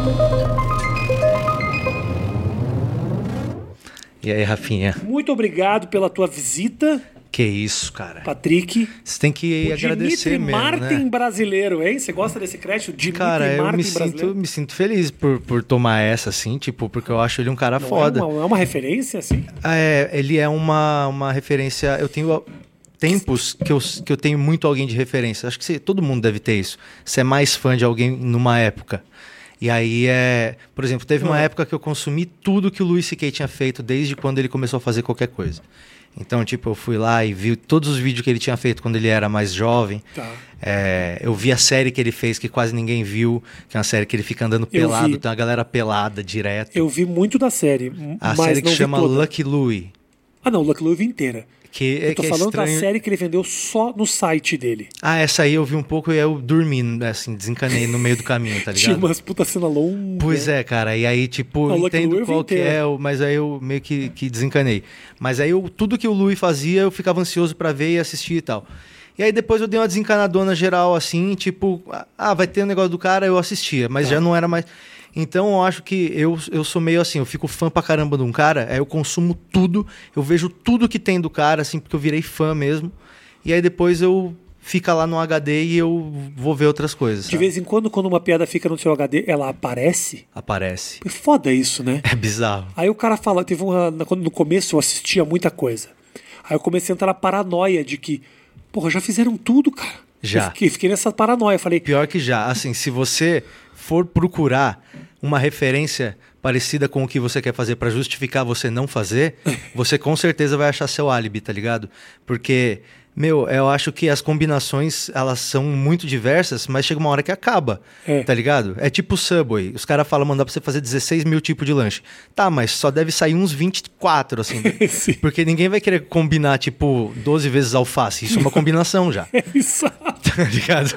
E aí, Rafinha? Muito obrigado pela tua visita. Que isso, cara. Patrick. Você tem que agradecer Dimitri mesmo, Martin né? brasileiro, hein? Você gosta desse crédito? Dimitri Cara, eu Martin me brasileiro. sinto feliz por tomar essa, assim, tipo, porque eu acho ele um cara foda. Não é uma referência, assim? Ele é uma referência... Eu tenho tempos que eu tenho muito alguém de referência. Acho que todo mundo deve ter isso. Você é mais fã de alguém numa época. E aí, por exemplo, teve uma época que eu consumi tudo que o Louis C.K. tinha feito desde quando ele começou a fazer qualquer coisa. Então, tipo, eu fui lá e vi todos os vídeos que ele tinha feito quando ele era mais jovem. Tá. Eu vi a série que ele fez, que quase ninguém viu, que é uma série que ele fica andando pelado, tem uma galera pelada direto. Eu vi muito da série, A mas série que não chama vi toda. Lucky Louie. Ah, não, Lucky Louie eu vi inteira. Eu tô que é falando estranho. da série que ele vendeu só no site dele. Ah, essa aí eu vi um pouco e eu dormi, assim, desencanei no meio do caminho, tá ligado? Tinha umas puta cena longa. Pois é, cara, e aí, tipo, Não, Lucky Louie entendo eu vi qual que inteira. mas aí eu meio que desencanei. Mas aí tudo que o Louis fazia, eu ficava ansioso pra ver e assistir e tal. E aí depois eu dei uma desencanadona geral, assim, tipo, vai ter um negócio do cara, eu assistia, mas já não era mais... Então eu acho que eu sou meio assim, eu fico fã pra caramba de um cara, aí eu consumo tudo, eu vejo tudo que tem do cara, assim, porque eu virei fã mesmo. E aí depois fica lá no HD e eu vou ver outras coisas. De vez em quando uma piada fica no seu HD, ela aparece. Aparece. É foda isso, né? É bizarro. Aí o cara fala, quando no começo eu assistia muita coisa. Aí eu comecei a entrar na paranoia de que, porra, já fizeram tudo, cara. Já. Eu fiquei nessa paranoia, falei... Pior que já, assim, se você for procurar uma referência parecida com o que você quer fazer pra justificar você não fazer, você com certeza vai achar seu álibi, tá ligado? Porque, eu acho que as combinações, elas são muito diversas, mas chega uma hora que acaba, tá ligado? É tipo Subway, os caras falam, mandar pra você fazer 16 mil tipos de lanche. Tá, mas só deve sair uns 24, assim, porque ninguém vai querer combinar, tipo, 12 vezes alface, isso é uma combinação já. Exato. Tá ligado?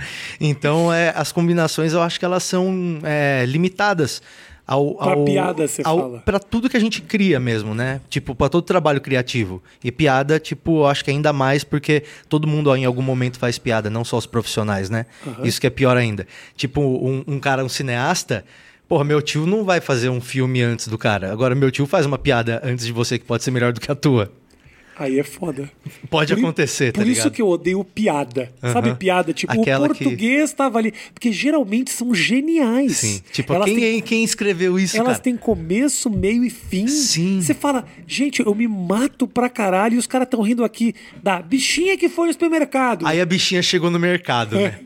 Então, as combinações, eu acho que elas são limitadas Pra piada, você fala. Pra tudo que a gente cria mesmo, né? Tipo, pra todo trabalho criativo. E piada, tipo, eu acho que ainda mais porque todo mundo em algum momento faz piada, não só os profissionais, né? Isso que é pior ainda. Tipo, um cineasta... Porra, meu tio não vai fazer um filme antes do cara. Agora, meu tio faz uma piada antes de você que pode ser melhor do que a tua. Aí é foda. Pode acontecer, tá Por ligado? isso que eu odeio piada. Sabe piada? Tipo, Aquela o português tava ali. Porque geralmente são geniais. Sim. Tipo, Elas quem escreveu isso, Elas cara? têm começo, meio e fim. Sim. Você fala, gente, eu me mato pra caralho e os caras estão rindo aqui da bichinha que foi no supermercado. Aí a bichinha chegou no mercado, né?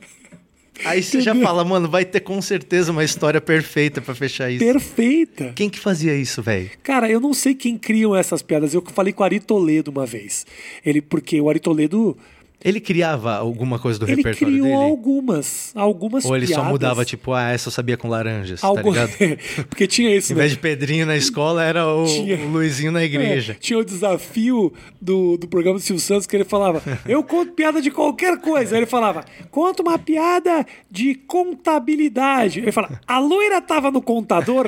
Aí você já fala, mano, vai ter com certeza uma história perfeita pra fechar isso. Perfeita. Quem que fazia isso, velho? Cara, eu não sei quem criam essas piadas. Eu falei com o Ari Toledo uma vez. Porque o Ari Toledo... Ele criava alguma coisa do Ele repertório criou dele? algumas Ou ele piadas. só mudava, tipo, essa eu sabia com laranjas, tá ligado? Porque tinha isso, Em vez de Pedrinho na escola, era o Luizinho na igreja. Tinha o desafio do programa do Silvio Santos que ele falava, eu conto piada de qualquer coisa. Aí ele falava, conta uma piada de contabilidade. Ele fala, a loira tava no contador?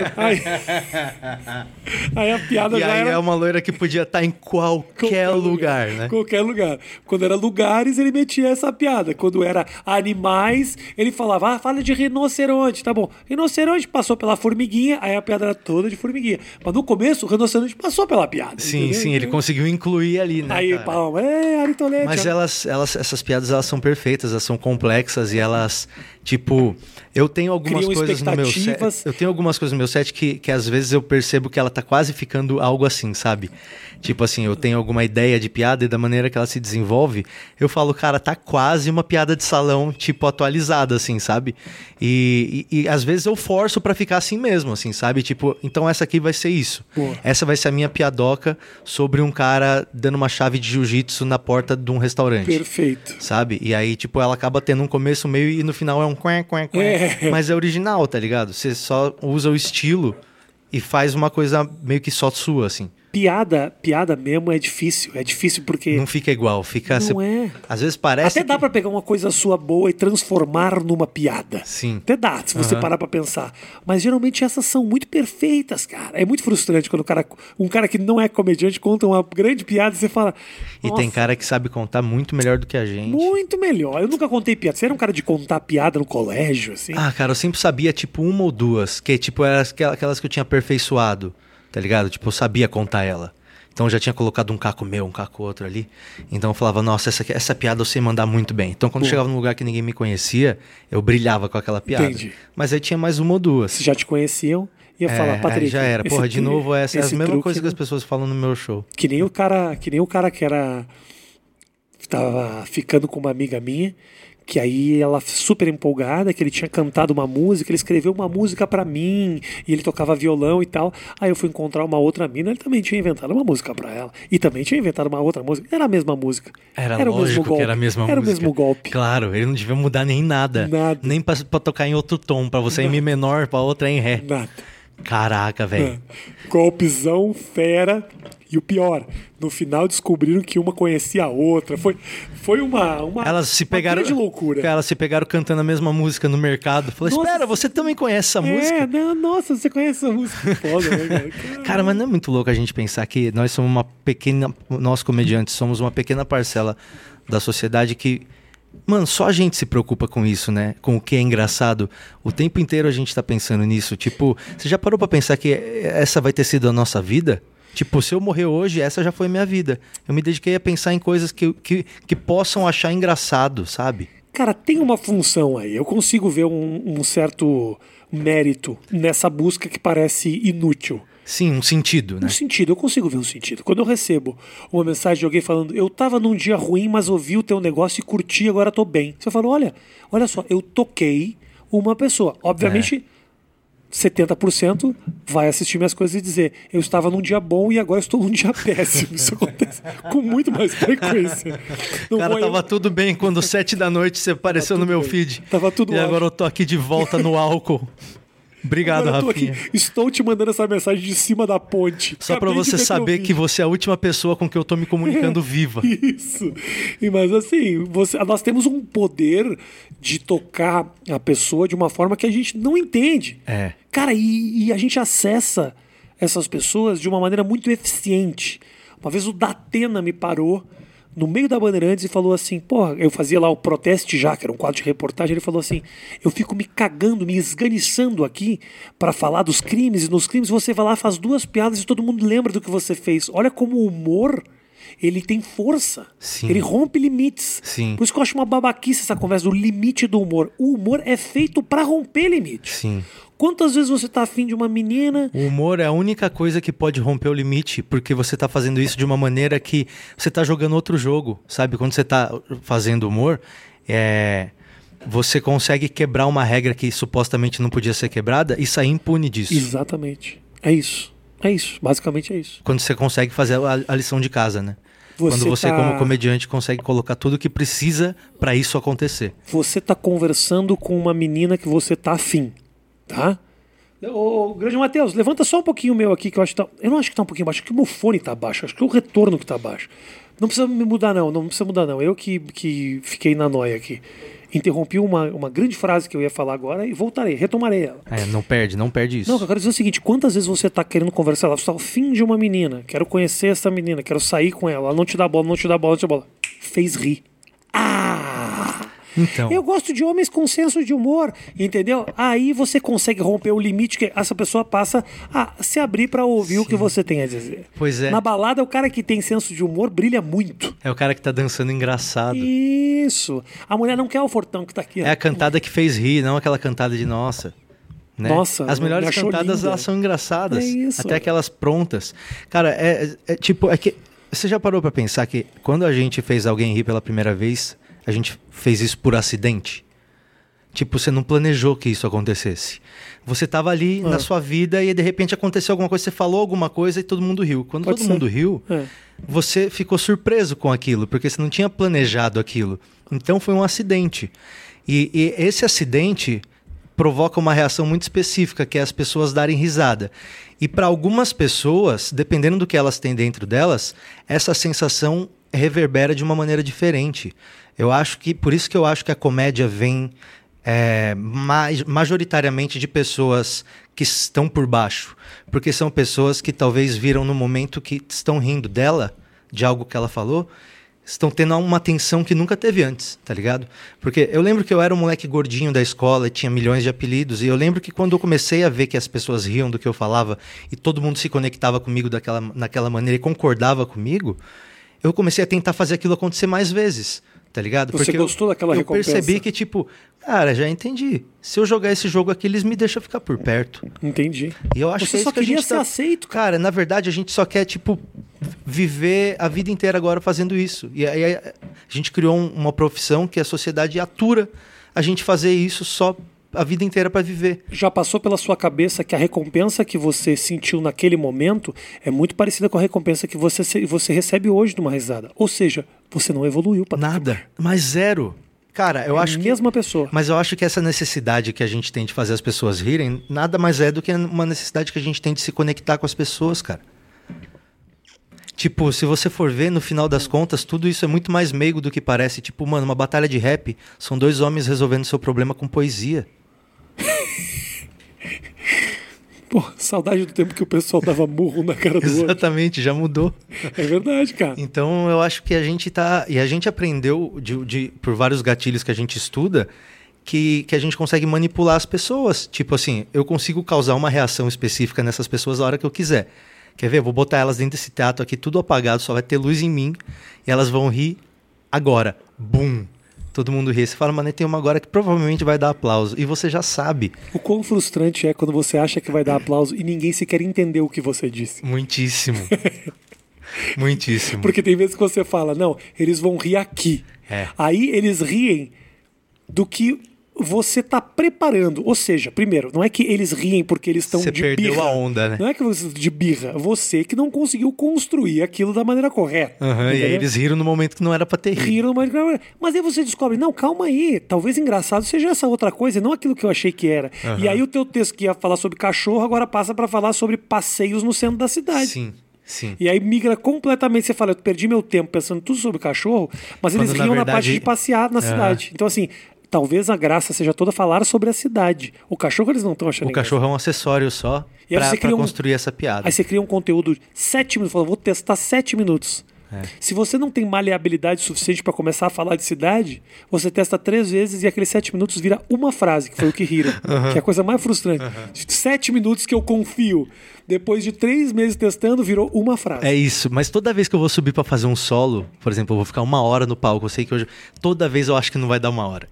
Aí a piada E já aí era... é uma loira que podia estar em qualquer lugar, né? Qualquer lugar. Quando era lugares, ele metia essa piada. Quando era animais, ele falava, fala de rinoceronte, tá bom. Rinoceronte passou pela formiguinha, aí a piada era toda de formiguinha. Mas no começo, o rinoceronte passou pela piada. Sim, entendeu? sim, ele conseguiu incluir ali, né? Aí, cara? palma, Ari Toledo. Mas essas piadas, elas são perfeitas, elas são complexas e elas, tipo, eu tenho algumas Criam coisas no meu set. expectativas. Eu tenho algumas coisas no meu set que às vezes eu percebo que ela tá quase ficando algo assim, sabe? Tipo assim, eu tenho alguma ideia de piada e da maneira que ela se desenvolve, eu falo, cara, tá quase uma piada de salão, tipo, atualizada, assim, sabe? E às vezes eu forço pra ficar assim mesmo, assim, sabe? Tipo, então essa aqui vai ser isso. Boa. Essa vai ser a minha piadoca sobre um cara dando uma chave de jiu-jitsu na porta de um restaurante. Perfeito. Sabe? E aí, tipo, ela acaba tendo um começo, meio e no final é um quen, quen, quen. Mas é original, tá ligado? Você só usa o estilo e faz uma coisa meio que só sua, assim. Piada mesmo é difícil. É difícil porque... Não fica igual, fica... Não é. Às vezes parece Até dá pra pegar uma coisa sua boa e transformar numa piada. Sim. Até dá, se você parar pra pensar. Mas geralmente essas são muito perfeitas, cara. É muito frustrante quando um cara que não é comediante conta uma grande piada e você fala... E tem cara que sabe contar muito melhor do que a gente. Muito melhor. Eu nunca contei piada. Você era um cara de contar piada no colégio, assim? Ah, cara, eu sempre sabia, tipo, uma ou duas. Que, tipo, eram aquelas que eu tinha aperfeiçoado, tá ligado? Tipo, eu sabia contar ela. Então eu já tinha colocado um caco meu, um caco outro ali. Então eu falava, nossa, essa piada eu sei mandar muito bem. Então quando chegava num lugar que ninguém me conhecia, eu brilhava com aquela piada. Entendi. Mas aí tinha mais uma ou duas. Se já te conheciam, ia falar, Patrick... Aí já era. Porra, de novo, essa é a mesma truque, coisa que as pessoas falam no meu show. Que nem o cara que era... Tava ficando com uma amiga minha, que aí ela super empolgada, que ele tinha cantado uma música, ele escreveu uma música pra mim, e ele tocava violão e tal. Aí eu fui encontrar uma outra mina, ele também tinha inventado uma música pra ela. E também tinha inventado uma outra música. Era a mesma música. Era lógico o mesmo golpe. Que era a mesma música. Era o mesmo golpe. Claro, ele não devia mudar nem nada. Nem pra tocar em outro tom, pra você em Mi menor, pra outra em Ré. Nada. Caraca, velho. Golpezão, fera. E o pior, no final descobriram que uma conhecia a outra. Foi uma elas se pegaram, grande loucura. Elas se pegaram cantando a mesma música no mercado. Falei, espera, você também conhece essa música? Nossa, você conhece essa música. Foda, né, cara? Cara, mas não é muito louco a gente pensar que nós somos nós comediantes, somos uma pequena parcela da sociedade que... Mano, só a gente se preocupa com isso, né? Com o que é engraçado. O tempo inteiro a gente tá pensando nisso. Tipo, você já parou pra pensar que essa vai ter sido a nossa vida? Tipo, se eu morrer hoje, essa já foi minha vida. Eu me dediquei a pensar em coisas que possam achar engraçado, sabe? Cara, tem uma função aí. Eu consigo ver um certo mérito nessa busca que parece inútil. Sim, um sentido, né? Um sentido, eu consigo ver um sentido. Quando eu recebo uma mensagem de alguém falando, eu tava num dia ruim, mas ouvi o teu negócio e curti, agora tô bem. Você fala, olha só, eu toquei uma pessoa. Obviamente, 70% vai assistir minhas coisas e dizer, eu estava num dia bom e agora estou num dia péssimo. Isso acontece com muito mais frequência. Cara, tava tudo bem quando 7 da noite você apareceu no meu feed. Tava tudo ótimo. Agora eu tô aqui de volta no álcool. Obrigado, Rafinha. Estou te mandando essa mensagem de cima da ponte. Só para você saber que você é a última pessoa com que eu tô me comunicando viva. Isso. Mas assim, nós temos um poder de tocar a pessoa de uma forma que a gente não entende. Cara, e a gente acessa essas pessoas de uma maneira muito eficiente. Uma vez o Datena me parou no meio da Bandeirantes e falou assim, porra, eu fazia lá o Proteste Já, que era um quadro de reportagem, ele falou assim, eu fico me cagando, me esganiçando aqui para falar dos crimes, e nos crimes você vai lá, faz 2 piadas e todo mundo lembra do que você fez. Olha como o humor, ele tem força. Sim. Ele rompe limites. Sim. Por isso que eu acho uma babaquice essa conversa do limite do humor. O humor é feito para romper limites. Sim. Quantas vezes você tá afim de uma menina... O humor é a única coisa que pode romper o limite, porque você tá fazendo isso de uma maneira que você tá jogando outro jogo, sabe? Quando você tá fazendo humor, você consegue quebrar uma regra que supostamente não podia ser quebrada e sair impune disso. Exatamente. É isso. Basicamente é isso. Quando você consegue fazer a lição de casa, né? Quando você, como comediante, consegue colocar tudo o que precisa para isso acontecer. Você tá conversando com uma menina que você tá afim. Tá? Ô, grande Matheus, levanta só um pouquinho o meu aqui, que eu acho que tá... Eu não acho que tá um pouquinho baixo, acho que o meu fone tá baixo, acho que é o retorno que tá baixo. Não precisa me mudar não precisa mudar não. Eu que fiquei na noia aqui. Interrompi uma grande frase que eu ia falar agora e voltarei, retomarei ela. Não perde isso. Não, eu quero dizer o seguinte, quantas vezes você tá querendo conversar, você tá ao fim de uma menina, quero conhecer essa menina, quero sair com ela não te dá bola, fez rir. Então. Eu gosto de homens com senso de humor, entendeu? Aí você consegue romper o limite que essa pessoa passa a se abrir pra ouvir o que você tem a dizer. Pois é. Na balada, o cara que tem senso de humor brilha muito. É o cara que tá dançando engraçado. Isso. A mulher não quer o fortão que tá aqui. É a cantada que fez rir, não aquela cantada de nossa. Né? Nossa, as melhores cantadas, elas são engraçadas. É isso. Até aquelas prontas. Cara, tipo, que você já parou pra pensar que quando a gente fez alguém rir pela primeira vez, a gente fez isso por acidente? Tipo, você não planejou que isso acontecesse. Você tava ali na sua vida e de repente aconteceu alguma coisa, você falou alguma coisa e todo mundo riu. Quando todo mundo riu, você ficou surpreso com aquilo, porque você não tinha planejado aquilo. Então foi um acidente. E esse acidente provoca uma reação muito específica, que é as pessoas darem risada. E para algumas pessoas, dependendo do que elas têm dentro delas, essa sensação reverbera de uma maneira diferente. Por isso que eu acho que a comédia vem majoritariamente de pessoas que estão por baixo. Porque são pessoas que talvez viram no momento que estão rindo dela, de algo que ela falou, estão tendo uma tensão que nunca teve antes, tá ligado? Porque eu lembro que eu era um moleque gordinho da escola e tinha milhões de apelidos, e eu lembro que quando eu comecei a ver que as pessoas riam do que eu falava e todo mundo se conectava comigo naquela maneira e concordava comigo, eu comecei a tentar fazer aquilo acontecer mais vezes, tá ligado? Você gostou daquela recompensa? Eu percebi que, tipo, cara, já entendi. Se eu jogar esse jogo aqui, eles me deixam ficar por perto. Entendi. E eu acho Você que só que a queria gente ser aceito, cara. Cara, na verdade, a gente só quer, tipo, viver a vida inteira agora fazendo isso. E aí a gente criou uma profissão que a sociedade atura a gente fazer isso só a vida inteira para viver. Já passou pela sua cabeça que a recompensa que você sentiu naquele momento é muito parecida com a recompensa que você recebe hoje numa risada? Ou seja, você não evoluiu para nada, mas zero. Cara, eu acho que... mesma pessoa. Mas eu acho que essa necessidade que a gente tem de fazer as pessoas rirem, nada mais é do que uma necessidade que a gente tem de se conectar com as pessoas, cara. Tipo, se você for ver, no final das contas, tudo isso é muito mais meigo do que parece. Tipo, mano, uma batalha de rap, são dois homens resolvendo seu problema com poesia. Pô, saudade do tempo que o pessoal dava murro na cara do outro. Exatamente, já mudou. É verdade, cara. Então eu acho que a gente tá... E a gente aprendeu, por vários gatilhos que a gente estuda, que a gente consegue manipular as pessoas. Tipo assim, eu consigo causar uma reação específica nessas pessoas a hora que eu quiser. Quer ver? Eu vou botar elas dentro desse teatro aqui, tudo apagado, só vai ter luz em mim, e elas vão rir agora. Bum! Todo mundo ri. Você fala, mano, tem uma agora que provavelmente vai dar aplauso. E você já sabe. O quão frustrante é quando você acha que vai dar aplauso e ninguém sequer entendeu o que você disse. Muitíssimo. Muitíssimo. Porque tem vezes que você fala, não, eles vão rir aqui. Aí eles riem do que você tá preparando. Ou seja, primeiro, não é que eles riem porque eles estão de birra. Você perdeu a onda, né? Não é que você de birra. Você que não conseguiu construir aquilo da maneira correta. E aí eles riram no momento que não era pra ter rido. Riram no momento que não era. Mas aí você descobre, não, calma aí. Talvez engraçado seja essa outra coisa, não aquilo que eu achei que era. E aí o teu texto que ia falar sobre cachorro, agora passa pra falar sobre passeios no centro da cidade. Sim. Sim. E aí migra completamente. Você fala, eu perdi meu tempo pensando tudo sobre cachorro, mas eles riam na parte de passear na cidade. Então assim... Talvez a graça seja toda falar sobre a cidade. O cachorro eles não estão achando O cachorro é um acessório só pra construir essa piada. Aí você cria um conteúdo 7 minutos. Fala, vou testar 7 minutos. Se você não tem maleabilidade suficiente para começar a falar de cidade, você testa 3 vezes e aqueles 7 minutos vira uma frase, que foi o que riram. Que é a coisa mais frustrante. 7 minutos que eu confio. Depois de 3 meses testando, virou uma frase. É isso, mas toda vez que eu vou subir para fazer um solo, por exemplo, eu vou ficar 1 hora no palco, eu sei que hoje... Toda vez eu acho que não vai dar 1 hora.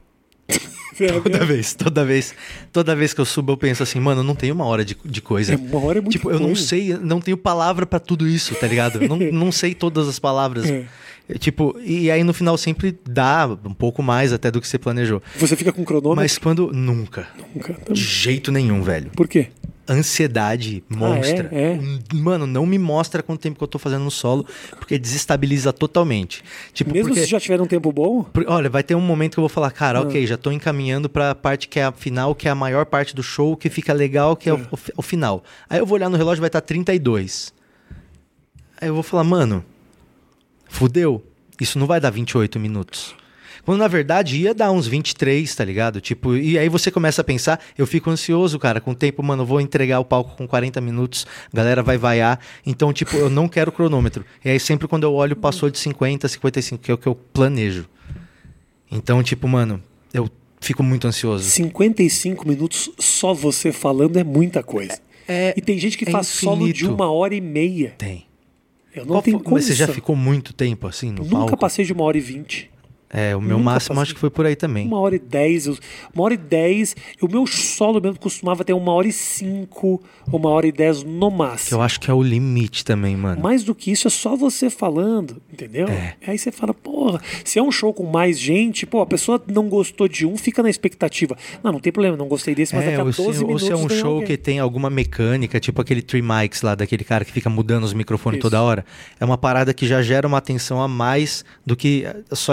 Toda vez que eu subo eu penso assim, mano, eu não tenho 1 hora de coisa. 1 hora é muito tipo, eu não sei, não tenho palavra pra tudo isso, tá ligado? Eu não sei todas as palavras. Tipo, e aí no final sempre dá um pouco mais até do que você planejou. Você fica com cronômetro? Mas quando... Nunca. De jeito nenhum, velho. Por quê? Ansiedade monstra. Mano, não me mostra quanto tempo que eu tô fazendo no solo, porque desestabiliza totalmente. Tipo, mesmo se já tiver um tempo bom? Olha, vai ter um momento que eu vou falar, cara, ok, já tô encaminhando pra parte que é a final, que é a maior parte do show, que fica legal, que é o final. Aí eu vou olhar no relógio, vai estar 32. Aí eu vou falar, mano, fudeu, isso não vai dar 28 minutos. Quando na verdade ia dar uns 23, tá ligado? Tipo, e aí você começa a pensar, eu fico ansioso, cara, com o tempo, mano, eu vou entregar o palco com 40 minutos, a galera vai vaiar, então, tipo, eu não quero cronômetro. E aí sempre quando eu olho, passou de 50, 55, que é o que eu planejo. Então, tipo, mano, eu fico muito ansioso. 55 minutos só você falando é muita coisa. E tem gente que faz infinito. Solo de 1h30. Tem. Eu não tenho condição. Mas você já ficou muito tempo assim no palco? Nunca passei de 1h20. O meu máximo acho que foi por aí também. 1h10. 1h10. O meu solo mesmo costumava ter 1h05, 1h10 no máximo. Que eu acho que é o limite também, mano. Mais do que isso, é só você falando, entendeu? Aí você fala, porra, se é um show com mais gente, pô, a pessoa não gostou de um, fica na expectativa. Não tem problema, não gostei desse, mas daqui a 12 minutos... Ou se é um show que tem alguma mecânica, tipo aquele Three Mics lá, daquele cara que fica mudando os microfones toda hora. É uma parada que já gera uma atenção a mais do que só de ver o show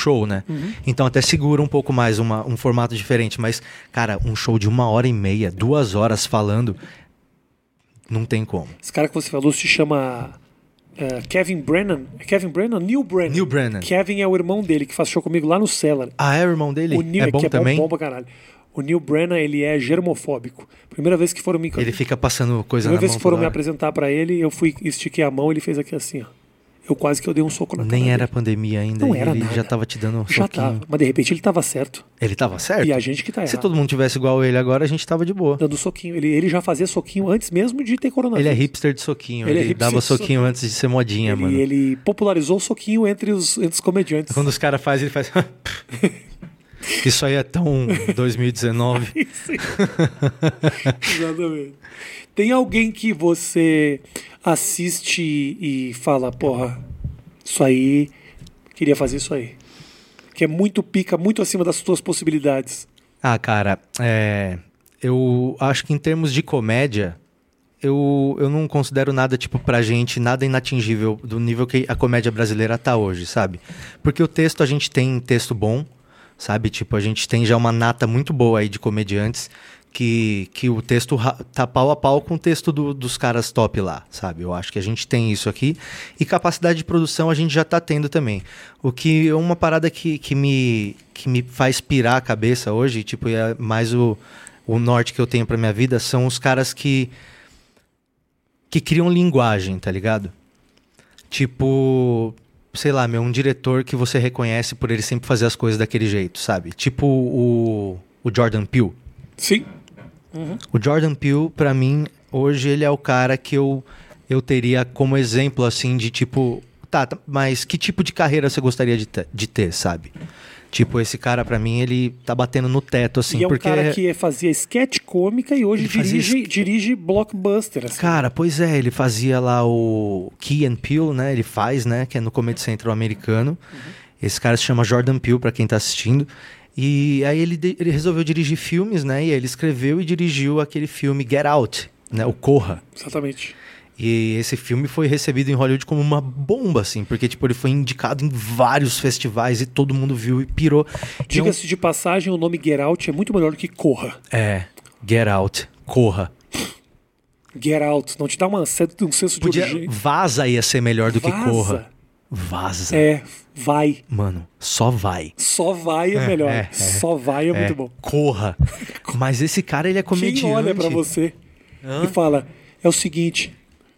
show, né? Então até segura um pouco mais um formato diferente. Mas, cara, um show de 1h30, 2 horas falando, não tem como. Esse cara que você falou se chama Kevin Brennan. É Kevin Brennan? Neil Brennan. Neil Brennan. Kevin é o irmão dele, que faz show comigo lá no Cellar. Ah, é o irmão dele? O Neil, é bom que também? É bom pra caralho. O Neil Brennan, ele é germofóbico. Primeira vez que foram me... Ele fica passando coisa na mão. Primeira vez que foram toda me hora. apresentar pra ele, eu estiquei a mão, ele fez aqui assim, ó. Eu quase que eu dei um soco na cara Nem era dele. pandemia ainda. Não era ele nada. já tava te dando um Já soquinho. tava, mas de repente ele tava certo. Ele tava certo? E a gente que tá Se errado. todo mundo tivesse igual ele agora, a gente tava de boa. Dando soquinho. Ele já fazia soquinho antes mesmo de ter coronavírus. Ele é hipster de soquinho. Ele é Ele hipster dava de soquinho antes de ser modinha, mano. Ele popularizou o soquinho entre os comediantes. Quando os caras fazem, ele faz... Isso aí é tão 2019. Exatamente. Tem alguém que você assiste e fala, porra, isso aí, queria fazer isso aí. Que é muito pica, muito acima das suas possibilidades. Ah, cara, eu acho que em termos de comédia, eu não considero nada, tipo, pra gente, nada inatingível do nível que a comédia brasileira tá hoje, sabe? Porque o texto, a gente tem texto bom, sabe? Tipo, a gente tem já uma nata muito boa aí de comediantes que o texto tá pau a pau com o texto dos caras top lá, sabe? Eu acho que a gente tem isso aqui. E capacidade de produção a gente já tá tendo também. O que é uma parada que me faz pirar a cabeça hoje, tipo, é mais o norte que eu tenho pra minha vida, são os caras que criam linguagem, tá ligado? Tipo, sei lá, um diretor que você reconhece por ele sempre fazer as coisas daquele jeito, sabe? Tipo o Jordan Peele. Sim. O Jordan Peele, pra mim, hoje ele é o cara que eu teria como exemplo, assim, de tipo... Tá, mas que tipo de carreira você gostaria de ter, sabe? Tipo, esse cara, pra mim, ele tá batendo no teto, assim, E é um porque... cara que fazia sketch cômica e hoje dirige blockbuster. Assim. Cara, pois é, ele fazia lá o Key and Peele, né? Ele faz, né? Que é no Comedy Central americano. Esse cara se chama Jordan Peele, pra quem tá assistindo. E aí ele resolveu dirigir filmes, né? E aí ele escreveu e dirigiu aquele filme Get Out, né? O Corra. Exatamente. E esse filme foi recebido em Hollywood como uma bomba, assim. Porque, tipo, ele foi indicado em vários festivais e todo mundo viu e pirou. Diga-se de passagem, o nome Get Out é muito melhor do que Corra. Get Out, Corra. Get Out, não te dá um senso de urgência. Vaza ia ser melhor do que Corra. Vaza. Vai. Mano, só vai. Só vai é melhor. Só vai é muito bom. Corra. Mas esse cara, ele é comediante. Quem olha pra você e fala, é o seguinte...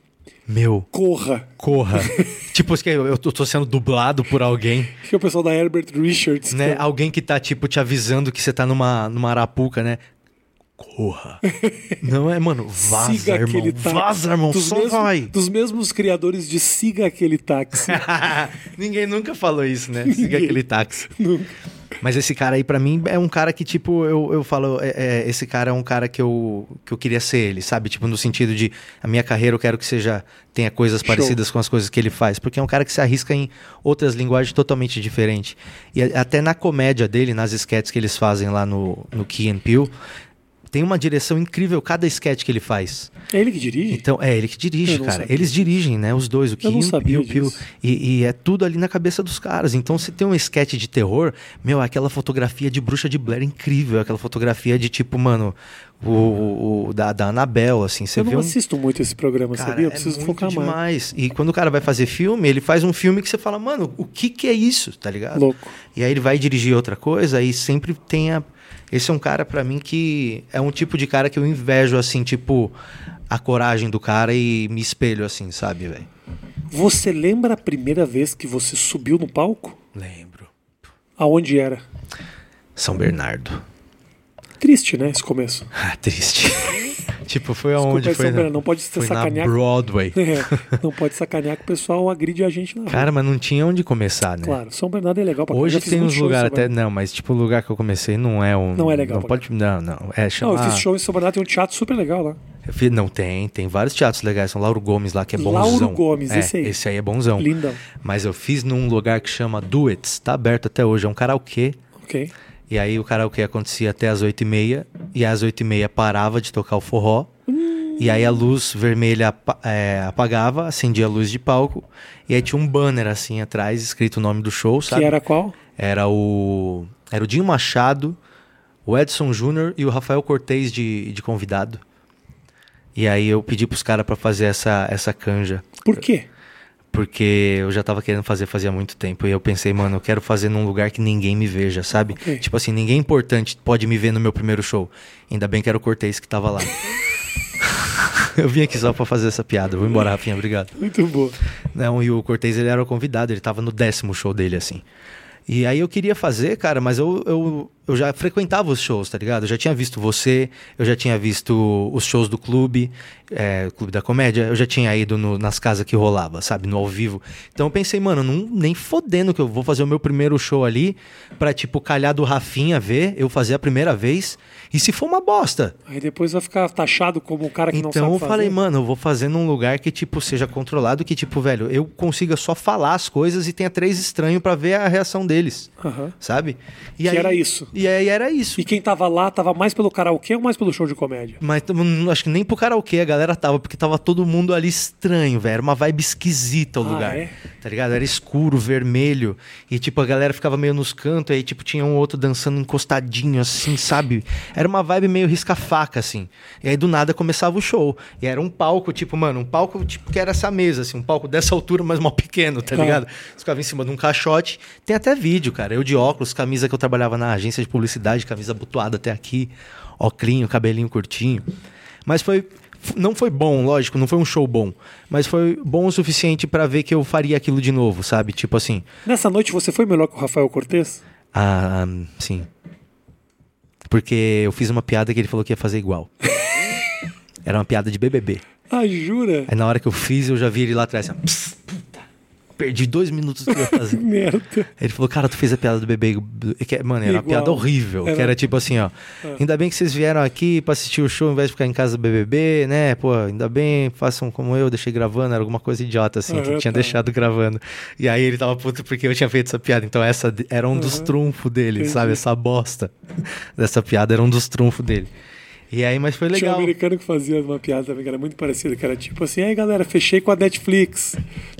Corra. Tipo, eu tô sendo dublado por alguém. Que é o pessoal da Herbert Richards. Né? Alguém que tá, tipo, te avisando que você tá numa arapuca, né? Corra. Não é, mano? Vaza, Siga irmão. Vaza, irmão. Só vai. Dos mesmos criadores de Siga Aquele Táxi. Ninguém nunca falou isso, né? Siga Aquele Táxi. Nunca. Mas esse cara aí, pra mim, é um cara que, tipo, eu falo... esse cara é um cara que eu queria ser ele, sabe? Tipo, no sentido de... A minha carreira eu quero que tenha coisas parecidas com as coisas que ele faz. Porque é um cara que se arrisca em outras linguagens totalmente diferentes. E até na comédia dele, nas sketches que eles fazem lá no Key and Peele... Tem uma direção incrível cada sketch que ele faz. É ele que dirige? Então, é ele que dirige, cara. Sabia. Eles dirigem, né? Os dois, o Key e o Peele. E é tudo ali na cabeça dos caras. Então, se tem um sketch de terror, aquela fotografia de Bruxa de Blair é incrível. Aquela fotografia de tipo, mano, da Annabelle, assim. Você eu vê não assisto muito esse programa, cara, sabia? Eu preciso focar mais. Demais. E quando o cara vai fazer filme, ele faz um filme que você fala, mano, o que é isso, tá ligado? Louco. E aí ele vai dirigir outra coisa e sempre tem Esse é um cara, pra mim, que é um tipo de cara que eu invejo, assim, tipo, a coragem do cara e me espelho, assim, sabe, velho? Você lembra a primeira vez que você subiu no palco? Lembro. Aonde era? São Bernardo. Triste, né, esse começo. Triste. Tipo, foi aonde? Foi não pode ser foi sacanear. Na Broadway. Não pode sacanear que o pessoal agride a gente na rua. Cara, mas não tinha onde começar, né? Claro, São Bernardo é legal pra Hoje tem uns lugares até... Não, mas tipo, o lugar que eu comecei não é um... Não é legal. Não pode... Não. Eu fiz show em São Bernardo, tem um teatro super legal lá. Não, tem vários teatros legais. São Lauro Gomes lá, que é bonzão. Lauro Gomes, esse aí. Esse aí é bonzão. Lindão. Mas eu fiz num lugar que chama Duets. Tá aberto até hoje. É um karaokê. Ok. E aí o karaokê acontecia até as 8h30. E às 8h30 parava de tocar o forró. E aí a luz vermelha apagava, acendia a luz de palco. E aí tinha um banner assim atrás, escrito o nome do show, sabe? Que era qual? Era o Dinho Machado, o Edson Júnior e o Rafael Cortez de convidado. E aí eu pedi pros caras pra fazer essa canja. Por quê? Porque eu já tava querendo fazer fazia muito tempo. E eu pensei, mano, eu quero fazer num lugar que ninguém me veja, sabe? Okay. Tipo assim, ninguém importante pode me ver no meu primeiro show. Ainda bem que era o Cortez que tava lá. Eu vim aqui só pra fazer essa piada. Vou embora, Rafinha, obrigado. Muito boa. Não, e o Cortez, ele era o convidado. Ele tava no 10º show dele, assim. E aí eu queria fazer, cara, mas eu já frequentava os shows, tá ligado? Eu já tinha visto você, eu já tinha visto os shows do Clube da Comédia, eu já tinha ido nas casas que rolava, sabe? No ao vivo. Então eu pensei, mano, nem fodendo que eu vou fazer o meu primeiro show ali pra, tipo, calhar do Rafinha ver, eu fazer a primeira vez, e se for uma bosta. Aí depois vai ficar taxado como um cara que não sabe Então fazer. eu falei, mano, eu vou fazer num lugar que, tipo, seja controlado, que, tipo, velho, eu consiga só falar as coisas e tenha 3 estranhos pra ver a reação deles, sabe? E que aí, era isso. E aí era isso. E quem tava lá, tava mais pelo karaokê ou mais pelo show de comédia? Mas acho que nem pro karaokê a galera tava, porque tava todo mundo ali estranho, velho. Era uma vibe esquisita o lugar, tá ligado? Era escuro, vermelho, e tipo, a galera ficava meio nos cantos, aí tipo, tinha um outro dançando encostadinho, assim, sabe? Era uma vibe meio risca-faca, assim. E aí do nada começava o show. E era um palco, tipo, mano, um palco tipo que era essa mesa, assim, um palco dessa altura, mas mal pequeno, tá ligado? Você ficava em cima de um caixote. Tem até vídeo, cara. Eu de óculos, camisa que eu trabalhava na agência de publicidade, camisa abotoada até aqui, óculinho, cabelinho curtinho. Mas não foi bom, lógico, não foi um show bom, mas foi bom o suficiente pra ver que eu faria aquilo de novo, sabe? Tipo assim... Nessa noite você foi melhor que o Rafael Cortez? Ah, sim. Porque eu fiz uma piada que ele falou que ia fazer igual. Era uma piada de BBB. Ah, jura? Aí na hora que eu fiz, eu já vi ele lá atrás, assim, pss, puta, perdi 2 minutos do que eu ia fazer. Merda. Ele falou, cara, tu fez a piada do bebê. Mano, era uma piada horrível. Que era tipo assim, ó. Ainda bem que vocês vieram aqui pra assistir o show ao invés de ficar em casa do BBB, né? Pô, ainda bem, façam como eu, deixei gravando. Era alguma coisa idiota, assim, que eu tinha deixado gravando. E aí ele tava puto porque eu tinha feito essa piada. Então essa era um dos trunfos dele, sabe? Essa bosta dessa piada era um dos trunfos dele. E aí, mas foi legal. Tinha um americano que fazia uma piada também, que era muito parecida, que era tipo assim, aí galera, fechei com a Netflix,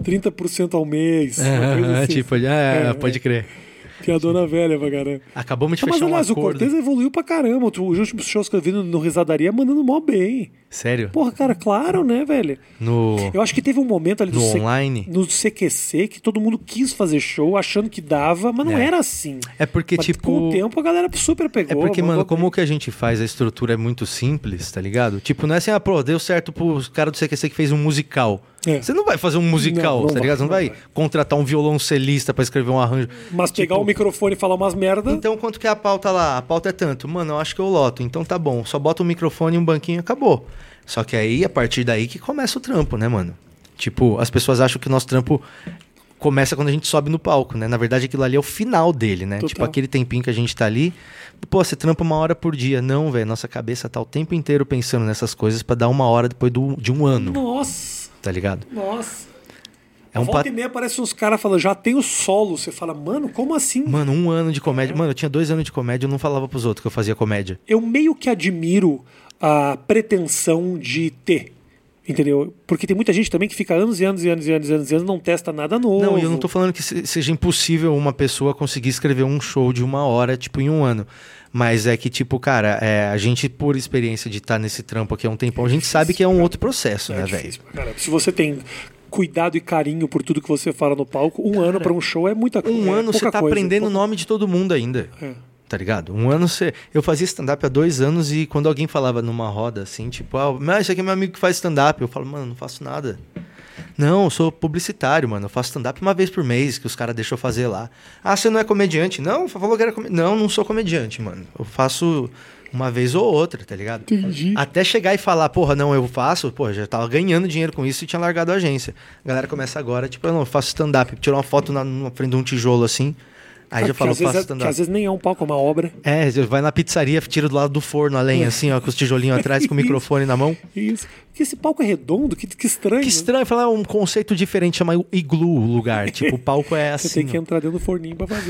30% ao mês. Assim. Tipo, pode crer. Piadona velha pra caramba. Acabamos de fechar um acordo. Mas, o Cortez evoluiu pra caramba. Os últimos shows que eu vi no Risadaria mandando mó bem. Sério? Porra, cara, claro, né, velho? Eu acho que teve um momento ali online, no CQC, que todo mundo quis fazer show, achando que dava, mas não era assim. É porque, mas, tipo... com o tempo a galera super pegou. É porque, mano, como que a gente faz, a estrutura é muito simples, tá ligado? Tipo, não é assim, deu certo pro cara do CQC que fez um musical. Você não vai fazer um musical, não tá ligado? Você não vai contratar um violoncelista pra escrever um arranjo. Mas pegar o microfone e falar umas merda... Então, quanto que é a pauta lá? A pauta é tanto. Mano, eu acho que eu loto. Então tá bom. Só bota um microfone e um banquinho e acabou. Só que aí, a partir daí que começa o trampo, né, mano? Tipo, as pessoas acham que o nosso trampo começa quando a gente sobe no palco, né? Na verdade, aquilo ali é o final dele, né? Total. Tipo, aquele tempinho que a gente tá ali... Pô, você trampa 1 hora por dia. Não, velho. Nossa cabeça tá o tempo inteiro pensando nessas coisas pra dar 1 hora depois de um ano. Nossa! Tá ligado? Nossa! Volta e meia aparece uns caras falando, já tem o solo. Você fala, mano, como assim? Mano, 1 ano de comédia. Mano, eu tinha 2 anos de comédia, eu não falava pros outros que eu fazia comédia. Eu meio que admiro a pretensão de ter, entendeu? Porque tem muita gente também que fica anos e anos e anos e anos e anos e anos, não testa nada novo. Não, e eu não tô falando que seja impossível uma pessoa conseguir escrever um show de 1 hora, tipo, em 1 ano. Mas é que, tipo, cara, a gente, por experiência de estar nesse trampo aqui há um tempão, a gente sabe que é um outro processo, né, velho? Se você tem cuidado e carinho por tudo que você fala no palco, 1 ano pra um show é muita coisa. 1 ano você tá aprendendo o nome de todo mundo ainda. Tá ligado? 1 ano você... Eu fazia stand-up há 2 anos e quando alguém falava numa roda assim, tipo, mas esse aqui é meu amigo que faz stand-up. Eu falo, mano, não faço nada. Não, eu sou publicitário, mano. Eu faço stand-up 1 vez por mês, que os caras deixam eu fazer lá. Ah, você não é comediante? Não, falou que era comediante. Não sou comediante, mano. Eu faço 1 vez ou outra, tá ligado? Entendi. Até chegar e falar, porra, não, eu faço, porra, já tava ganhando dinheiro com isso e tinha largado a agência. A galera começa agora, tipo, eu faço stand-up. Tirou uma foto na frente de um tijolo assim. Aí já falou, faço stand-up. Que às vezes nem é um palco, é uma obra. Vai na pizzaria, tira do lado do forno a lenha, assim, ó, com os tijolinhos atrás, com o microfone na mão. Isso. Porque esse palco é redondo, que estranho. Que estranho, falar um conceito diferente, chama iglu o lugar. Tipo, o palco é assim. Você tem que entrar dentro do forninho pra fazer.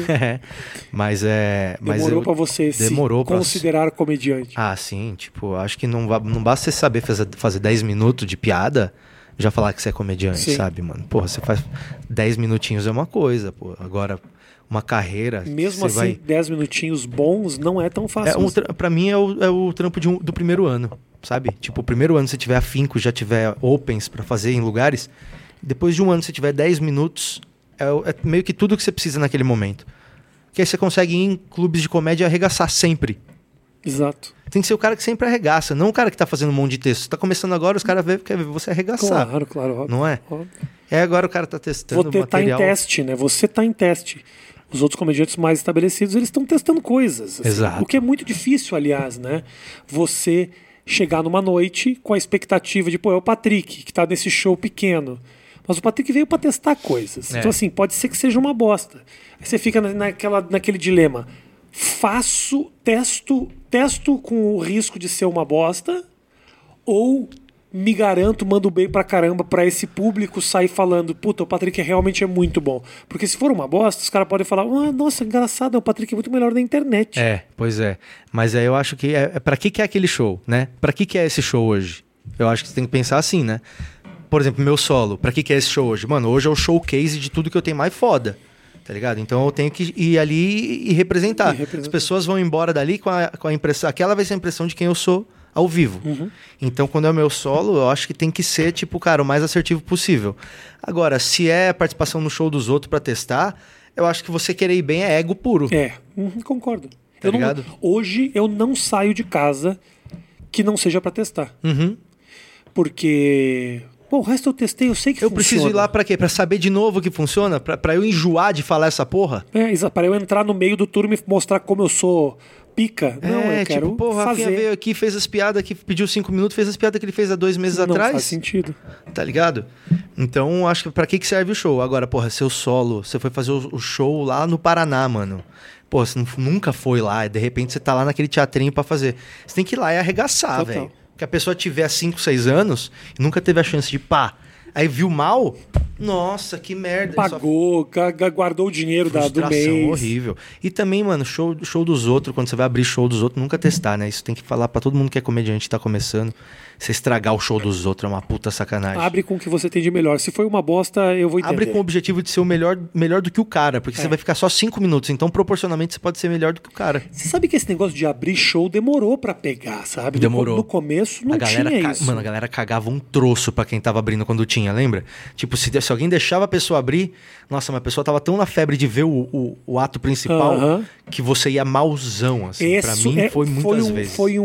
Mas demorou pra você se considerar comediante. Ah, sim, tipo, acho que não basta você saber fazer 10 minutos de piada. já falar que você é comediante, Sim. sabe, mano? Porra, você faz 10 minutinhos é uma coisa, pô. Agora, uma carreira... Mesmo você assim, vai... 10 minutinhos bons não é tão fácil. Pra mim é o trampo do primeiro ano, sabe? Tipo, o primeiro ano você tiver afinco, já tiver opens pra fazer em lugares, depois de um ano você tiver 10 minutos, é meio que tudo que você precisa naquele momento. Que aí você consegue ir em clubes de comédia e arregaçar sempre. Exato. Tem que ser o cara que sempre arregaça, não o cara que tá fazendo um monte de texto. Você tá começando agora, os caras querem ver você arregaçar. Claro, óbvio. Não é? Óbvio. É agora o cara tá testando Você tá em material. teste, né? Você tá em teste. Os outros comediantes mais estabelecidos, eles estão testando coisas. Assim. Exato. O que é muito difícil, aliás, né? Você chegar numa noite com a expectativa de, pô, é o Patrick, que tá nesse show pequeno. Mas o Patrick veio pra testar coisas. É. Então, assim, pode ser que seja uma bosta. Aí você fica naquele dilema. Testo com o risco de ser uma bosta, ou me garanto, mando bem pra caramba pra esse público sair falando, puta, o Patrick realmente é muito bom. Porque se for uma bosta, os caras podem falar, nossa, engraçado, o Patrick é muito melhor na internet. Pois é. Mas aí eu acho que pra que é aquele show, né? Pra que é esse show hoje? Eu acho que você tem que pensar assim, né? Por exemplo, meu solo, pra que é esse show hoje? Mano, hoje é o showcase de tudo que eu tenho mais foda. Tá ligado? Então eu tenho que ir ali e representar. As pessoas vão embora dali com a impressão. Aquela vai ser a impressão de quem eu sou ao vivo. Uhum. Então, quando é o meu solo, eu acho que tem que ser, tipo, cara, o mais assertivo possível. Agora, se é participação no show dos outros pra testar, eu acho que você querer ir bem é ego puro. Concordo. Tá ligado? Hoje eu não saio de casa que não seja pra testar. Uhum. Porque... Bom, o resto eu testei, eu sei que Eu funciona. preciso ir lá pra quê? Pra saber de novo que funciona? Pra eu enjoar de falar essa porra? Para eu entrar no meio do turma e mostrar como eu sou pica. Não, eu quero tipo, porra, fazer. Rafinha veio aqui, fez as piadas que pediu 5 minutos, fez as piadas que ele fez há 2 meses Não atrás. faz sentido. Tá ligado? Então, acho que pra que serve o show? Agora, porra, seu solo, você foi fazer o show lá no Paraná, mano. Pô, você nunca foi lá, e de repente você tá lá naquele teatrinho pra fazer. Você tem que ir lá e arregaçar, Total. velho. Que a pessoa tiver 5, 6 anos e nunca teve a chance de pá. Aí viu mal, nossa, que merda. Pagou, guardou o dinheiro do Frustração mês. horrível. E também, mano, show dos outros, quando você vai abrir show dos outros, nunca testar, né? Isso tem que falar pra todo mundo que é comediante e tá começando. Você estragar o show dos outros é uma puta sacanagem. Abre com o que você tem de melhor. Se foi uma bosta, eu vou entender. Abre com o objetivo de ser o melhor do que o cara, porque você vai ficar só 5 minutos, então proporcionalmente você pode ser melhor do que o cara. Você sabe que esse negócio de abrir show demorou pra pegar, sabe? Demorou. No começo não tinha isso. Mano, a galera cagava um troço pra quem tava abrindo quando tinha, lembra? Tipo, se alguém deixava a pessoa abrir, nossa, mas a pessoa tava tão na febre de ver o ato principal que você ia malzão, assim. Pra mim foi muitas vezes. Foi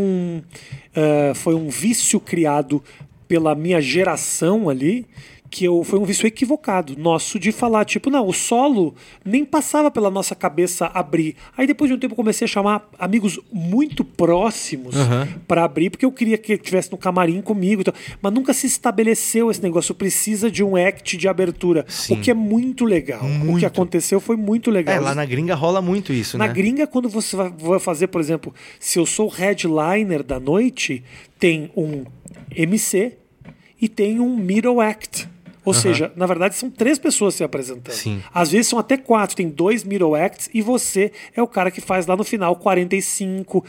um vício criado pela minha geração ali, foi um vício equivocado nosso de falar, tipo, não, o solo nem passava pela nossa cabeça abrir. Aí depois de um tempo eu comecei a chamar amigos muito próximos pra abrir, porque eu queria que ele estivesse no camarim comigo. Então, mas nunca se estabeleceu esse negócio. Precisa de um act de abertura. Sim. O que é muito legal. Muito. O que aconteceu foi muito legal. Lá na gringa rola muito isso, né? Na gringa, quando você vai fazer, por exemplo, se eu sou o headliner da noite, tem um MC e tem um middle act. Ou seja, na verdade são 3 pessoas se apresentando. Sim. Às vezes são até 4, tem 2 middle acts e você é o cara que faz lá no final 45,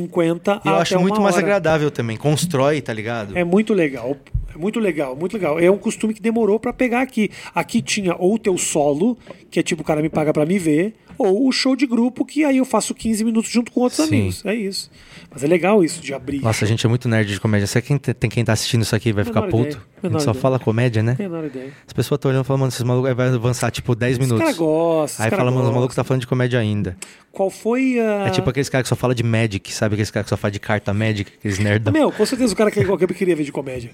50 e eu acho muito mais hora. agradável também, constrói, tá ligado? É muito legal. É muito legal, muito legal. É um costume que demorou pra pegar aqui. Aqui tinha ou o teu solo, que é tipo o cara me paga pra me ver, ou o show de grupo, que aí eu faço 15 minutos junto com outros amigos. É isso. Mas é legal isso de abrir. Nossa, a gente é muito nerd de comédia. Será que quem tá assistindo isso aqui vai ficar puto? A gente só fala comédia, né? Menor ideia. As pessoas estão olhando e falando, mano, esses malucos vai avançar tipo 10 minutos. Os caras gostam. Aí fala, mano, os malucos tá falando de comédia ainda. Qual foi a... É tipo aqueles caras que só falam de Magic, sabe? Aqueles caras que só falam de carta Magic, aqueles nerdão. Meu, com certeza o cara que é igual que eu queria ver de comédia.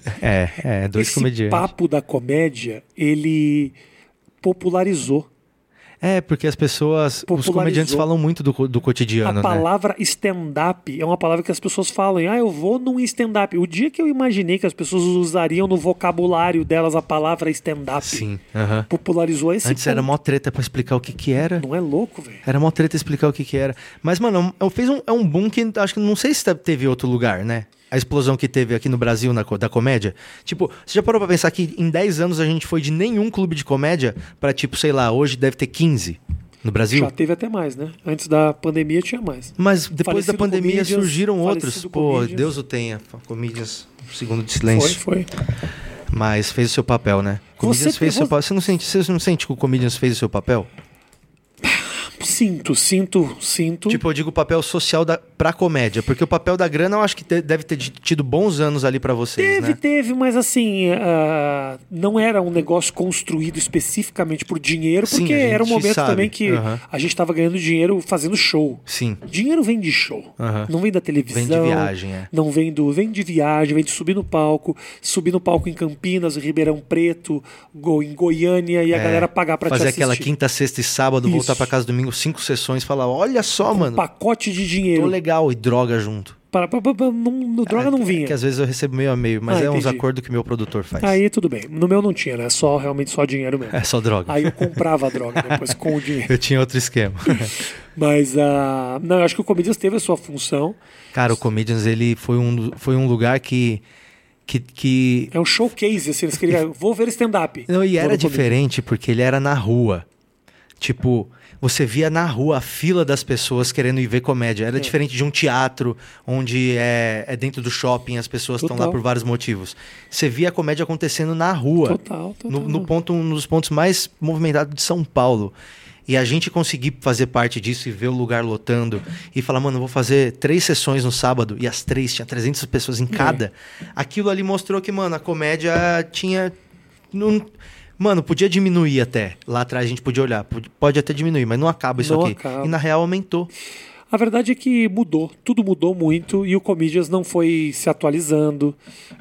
Dois comediantes. Esse papo da comédia, ele popularizou. Porque as pessoas, os comediantes falam muito do cotidiano, né? A palavra stand-up é uma palavra que as pessoas falam. Eu vou num stand-up. O dia que eu imaginei que as pessoas usariam no vocabulário delas a palavra stand-up, sim, popularizou esse Antes ponto. era mó treta pra explicar o que era. Não é louco, velho? Era mó treta explicar o que era. Mas, mano, é um boom que acho que não sei se teve outro lugar, né? A explosão que teve aqui no Brasil da comédia. Tipo, você já parou pra pensar que em 10 anos a gente foi de nenhum clube de comédia pra, tipo, sei lá, hoje deve ter 15 no Brasil? Já teve até mais, né? Antes da pandemia tinha mais. Mas depois da pandemia surgiram outros. Pô, Comedians. Deus o tenha. Comedians, segundo de silêncio. Foi. Mas fez o seu papel, né? Comedians fez o seu papel. Você não sente que o Comedians fez o seu papel? Sinto. Tipo, eu digo o papel social pra comédia, porque o papel da grana eu acho que deve ter tido bons anos ali pra vocês, né? Teve, mas assim, não era um negócio construído especificamente por dinheiro, Sim, porque a gente era um momento sabe. também que a gente tava ganhando dinheiro fazendo show. Sim. Dinheiro vem de show, não vem da televisão. Vem de viagem, Vem de viagem, vem de subir no palco em Campinas, Ribeirão Preto, em Goiânia, e a galera pagar pra te fazer assistir. aquela quinta, sexta e sábado, Isso. voltar pra casa domingo, 5 sessões, falar, olha só, mano, Pacote de dinheiro. tô legal, e droga junto. Droga não vinha. Que às vezes eu recebo meio a meio, mas é uns entendi. acordos que meu produtor faz. Aí tudo bem. No meu não tinha, né? Realmente só dinheiro mesmo. É só droga. Aí eu comprava a droga depois com o dinheiro. Eu tinha outro esquema. Mas não, eu acho que o Comedians teve a sua função. Cara, o Comedians, ele foi um lugar que... É um showcase, assim, eles queriam, vou ver stand-up. Não, e era diferente porque ele era na rua. Tipo, você via na rua a fila das pessoas querendo ir ver comédia. Era diferente de um teatro, onde é dentro do shopping, as pessoas estão lá por vários motivos. Você via a comédia acontecendo na rua. Total. Um dos pontos mais movimentados de São Paulo. E a gente conseguir fazer parte disso e ver o lugar lotando e falar, mano, eu vou fazer 3 sessões no sábado e as 3 tinha 300 pessoas em cada. Aquilo ali mostrou que, mano, a comédia tinha... Mano, podia diminuir até. Lá atrás a gente podia olhar. Pode até diminuir, mas não acaba isso aqui. E na real aumentou. A verdade é que mudou. Tudo mudou muito e o Comedians não foi se atualizando.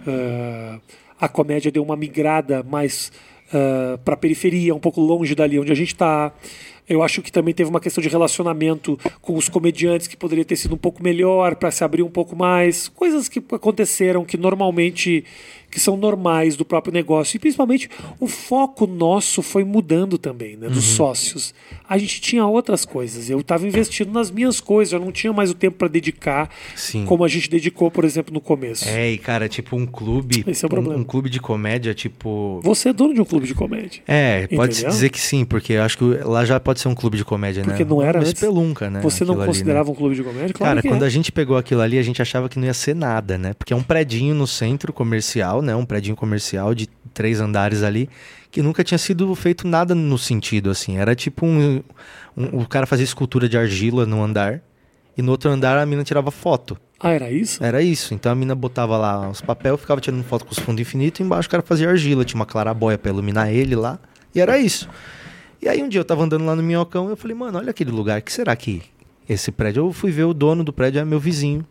A comédia deu uma migrada mais para a periferia, um pouco longe dali onde a gente está. Eu acho que também teve uma questão de relacionamento com os comediantes que poderia ter sido um pouco melhor para se abrir um pouco mais. Coisas que aconteceram que normalmente... que são normais do próprio negócio. E principalmente o foco nosso foi mudando também, né? Dos sócios. A gente tinha outras coisas. Eu estava investindo nas minhas coisas. Eu não tinha mais o tempo para dedicar como a gente dedicou, por exemplo, no começo. E cara, tipo um clube... Esse é o problema. Um clube de comédia, tipo... Você é dono de um clube de comédia. Pode-se dizer que sim, porque eu acho que lá já pode ser um clube de comédia, porque né? não era antes. Espelunca, né? Você não considerava ali, né? um clube de comédia? Claro cara, que quando a gente pegou aquilo ali, a gente achava que não ia ser nada, né? Porque é um predinho no centro comercial, né? Um predinho comercial de 3 andares ali, que nunca tinha sido feito nada no sentido, assim. Era tipo o cara fazia escultura de argila no andar, e no outro andar a mina tirava foto. Ah, era isso? Era isso. Então a mina botava lá os papéis, ficava tirando foto com os fundos infinitos, e embaixo o cara fazia argila, tinha uma clarabóia pra iluminar ele lá, e era isso. E aí um dia eu tava andando lá no Minhocão e eu falei, mano, olha aquele lugar, que será que esse prédio? Eu fui ver o dono do prédio, é meu vizinho,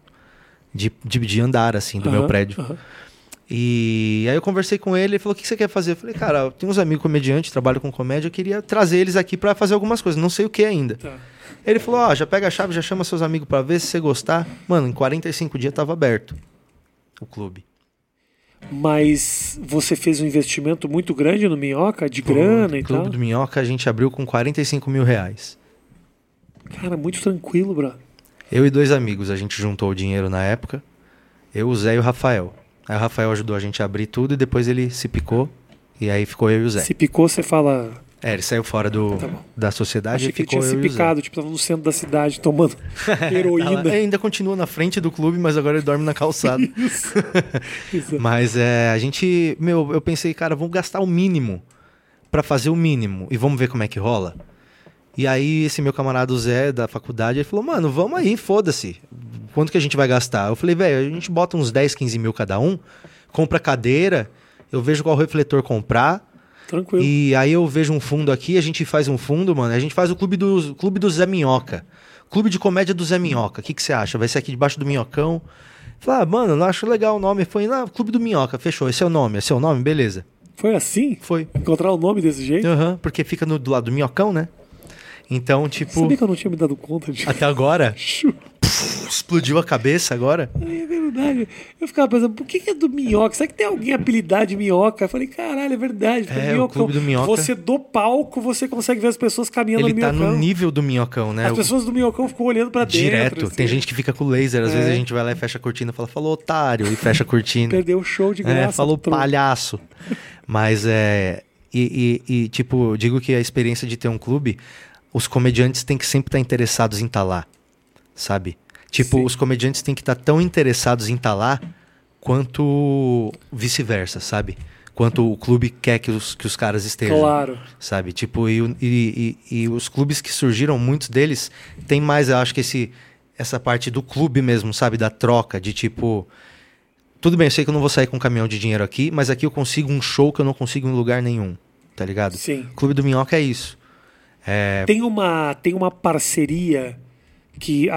de andar, assim, do meu prédio. E aí eu conversei com ele, ele falou, o que você quer fazer? Eu falei, cara, eu tenho uns amigos comediantes, trabalho com comédia, eu queria trazer eles aqui pra fazer algumas coisas, não sei o que ainda. Tá. Ele falou, já pega a chave, já chama seus amigos pra ver, se você gostar. Mano, em 45 dias tava aberto o clube. Mas você fez um investimento muito grande no Minhoca, de grana e tal? O clube do Minhoca a gente abriu com 45 mil reais. Cara, muito tranquilo, bro. Eu e 2 amigos, a gente juntou o dinheiro na época. Eu, o Zé e o Rafael. Aí o Rafael ajudou a gente a abrir tudo e depois ele se picou. E aí ficou eu e o Zé. Se picou, você fala... Ele saiu fora da sociedade Achei e ficou que ele tinha se picado, tipo, tava no centro da cidade tomando heroína. Ela ainda continua na frente do clube, mas agora ele dorme na calçada. Isso. Mas a gente... eu pensei, cara, vamos gastar o mínimo pra fazer o mínimo e vamos ver como é que rola. E aí esse meu camarada o Zé, da faculdade, ele falou, mano, vamos aí, foda-se. Quanto que a gente vai gastar? Eu falei, velho, a gente bota uns 10, 15 mil cada um, compra cadeira, eu vejo qual refletor comprar. Tranquilo. E aí eu vejo um fundo aqui, a gente faz um fundo, mano, a gente faz o clube do Zé Minhoca. Clube de comédia do Zé Minhoca. O que você acha? Vai ser aqui debaixo do Minhocão. Falei, mano, não acho legal o nome. Foi Clube do Minhoca, fechou, esse é o nome, beleza. Foi assim? Foi. Encontrar o nome desse jeito? Porque fica do lado do Minhocão, né? Então, tipo... Sabia que eu não tinha me dado conta disso? Até agora? Explodiu a cabeça agora? É verdade. Eu ficava pensando, por que é do Minhoca? Será que tem alguém apelidado de Minhoca? Eu falei, caralho, é verdade. O Clube do Minhoca. Você do palco, você consegue ver as pessoas caminhando no Minhocão. Ele tá no nível do Minhocão, né? As pessoas do Minhocão ficam olhando pra dentro. Direto. Assim. Tem gente que fica com laser. Às vezes a gente vai lá e fecha a cortina e fala, falou otário, e fecha a cortina. Perdeu o show de graça. Falou palhaço. Mas tipo, eu digo que a experiência de ter um clube, os comediantes têm que sempre estar interessados em estar lá, sabe? Tipo, sim, os comediantes têm que estar tão interessados em estar lá quanto vice-versa, sabe? quanto o clube quer que os caras estejam. Claro. Sabe? Tipo, e os clubes que surgiram, muitos deles, tem mais, eu acho que essa parte do clube mesmo, sabe? Da troca, de tipo... Tudo bem, eu sei que eu não vou sair com um caminhão de dinheiro aqui, mas aqui eu consigo um show que eu não consigo em lugar nenhum, tá ligado? Sim. O Clube do Minhoca é isso. Tem uma parceria que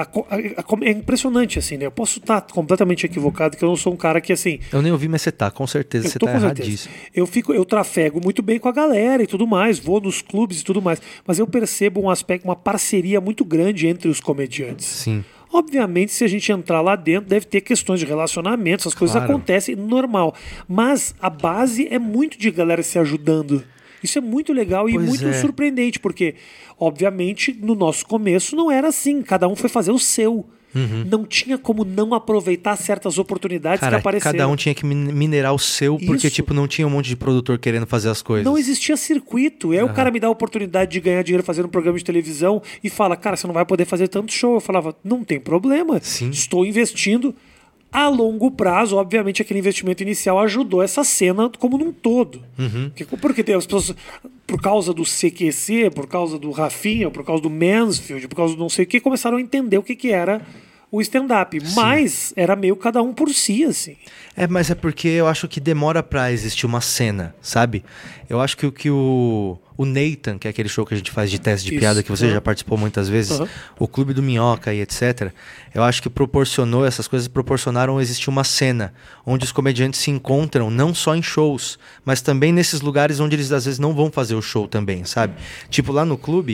é impressionante, assim, né? Eu posso estar completamente equivocado, que eu não sou um cara que, assim... Eu nem ouvi, mas você tá, com certeza, você tá erradíssimo. Eu trafego muito bem com a galera e tudo mais, vou nos clubes e tudo mais, mas eu percebo um aspecto, uma parceria muito grande entre os comediantes. Sim. Obviamente, se a gente entrar lá dentro, deve ter questões de relacionamento, essas coisas acontecem, normal. Mas a base é muito de galera se ajudando. Isso é muito legal e muito surpreendente, porque, obviamente, no nosso começo não era assim. Cada um foi fazer o seu. Não tinha como não aproveitar certas oportunidades que apareceram. Cada um tinha que minerar o seu, porque tipo, não tinha um monte de produtor querendo fazer as coisas. Não existia circuito. E aí o cara me dá a oportunidade de ganhar dinheiro fazendo um programa de televisão e fala, cara, você não vai poder fazer tanto show. Eu falava, não tem problema. Sim. Estou investindo a longo prazo. Obviamente, aquele investimento inicial ajudou essa cena como num todo. Porque tem as pessoas, por causa do CQC, por causa do Rafinha, por causa do Mansfield, por causa do não sei o que, começaram a entender o que era o stand-up. Mas era meio cada um por si, assim. Mas é porque eu acho que demora pra existir uma cena, sabe? Eu acho que o Nathan, que é aquele show que a gente faz de teste de piada, que você já participou muitas vezes, o Clube do Minhoca e etc., eu acho que essas coisas proporcionaram existir uma cena onde os comediantes se encontram não só em shows, mas também nesses lugares onde eles às vezes não vão fazer o show também, sabe? Tipo, lá no clube,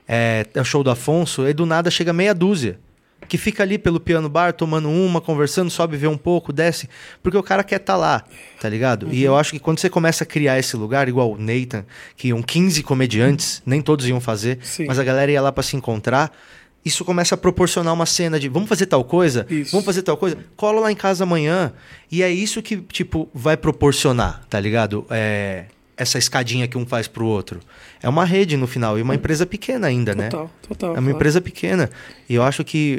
é o show do Afonso, e do nada chega meia dúzia. Que fica ali pelo piano bar, tomando conversando, sobe, vê um pouco, desce, porque o cara quer estar lá, tá ligado? E eu acho que quando você começa a criar esse lugar, igual o Nathan, que iam 15 comediantes, nem todos iam fazer, mas a galera ia lá pra se encontrar, isso começa a proporcionar uma cena de vamos fazer tal coisa? Vamos fazer tal coisa? Cola lá em casa amanhã. E é isso que, tipo, vai proporcionar, tá ligado? Essa escadinha que um faz pro outro. É uma rede no final, e uma empresa pequena ainda, né? Total. É uma empresa pequena. E eu acho que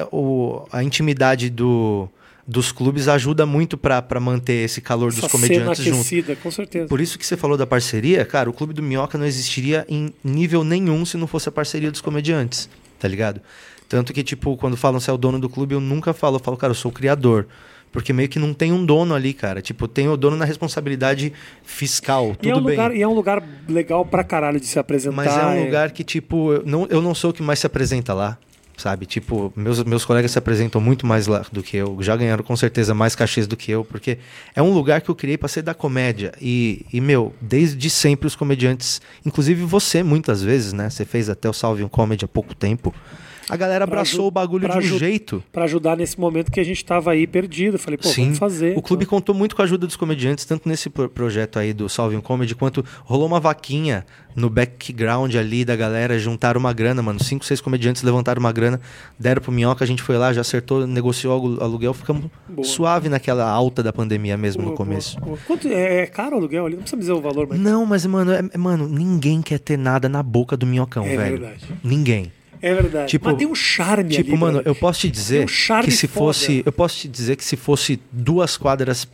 a intimidade dos clubes ajuda muito para manter esse calor dos comediantes junto. Com certeza. Por isso que você falou da parceria, cara, o Clube do Minhoca não existiria em nível nenhum se não fosse a parceria dos comediantes, tá ligado? Tanto que, tipo, quando falam se é o dono do clube, eu nunca falo. Eu falo, cara, eu sou o criador. Porque meio que não tem um dono ali, cara. Tipo, tem o dono na responsabilidade fiscal, tudo bem. E é um lugar legal pra caralho de se apresentar. Mas é um lugar que, tipo, eu não sou o que mais se apresenta lá, sabe? Tipo, meus colegas se apresentam muito mais lá do que eu. Já ganharam, com certeza, mais cachês do que eu. Porque é um lugar que eu criei pra ser da comédia. E desde sempre os comediantes... Inclusive você, muitas vezes, né? Você fez até o Salve um Comedy há pouco tempo. A galera abraçou o bagulho de um jeito. Pra ajudar nesse momento que a gente tava aí perdido. Eu falei, vamos fazer. O clube contou muito com a ajuda dos comediantes, tanto nesse projeto aí do Salve um Comedy, quanto rolou uma vaquinha no background ali da galera, juntaram uma grana, mano. 5, 6 comediantes levantaram uma grana, deram pro Minhoca, a gente foi lá, já acertou, negociou o aluguel, ficamos suave naquela alta da pandemia mesmo no começo. Quanto é caro o aluguel ali? Não precisa me dizer o valor, mas... Não, mas, mano, ninguém quer ter nada na boca do Minhocão, velho. É verdade. Ninguém. É verdade. Tipo, mas tem um charme ali. Tipo, mano, eu posso te dizer que se foda. fosse... Eu posso te dizer que se fosse 2 quadras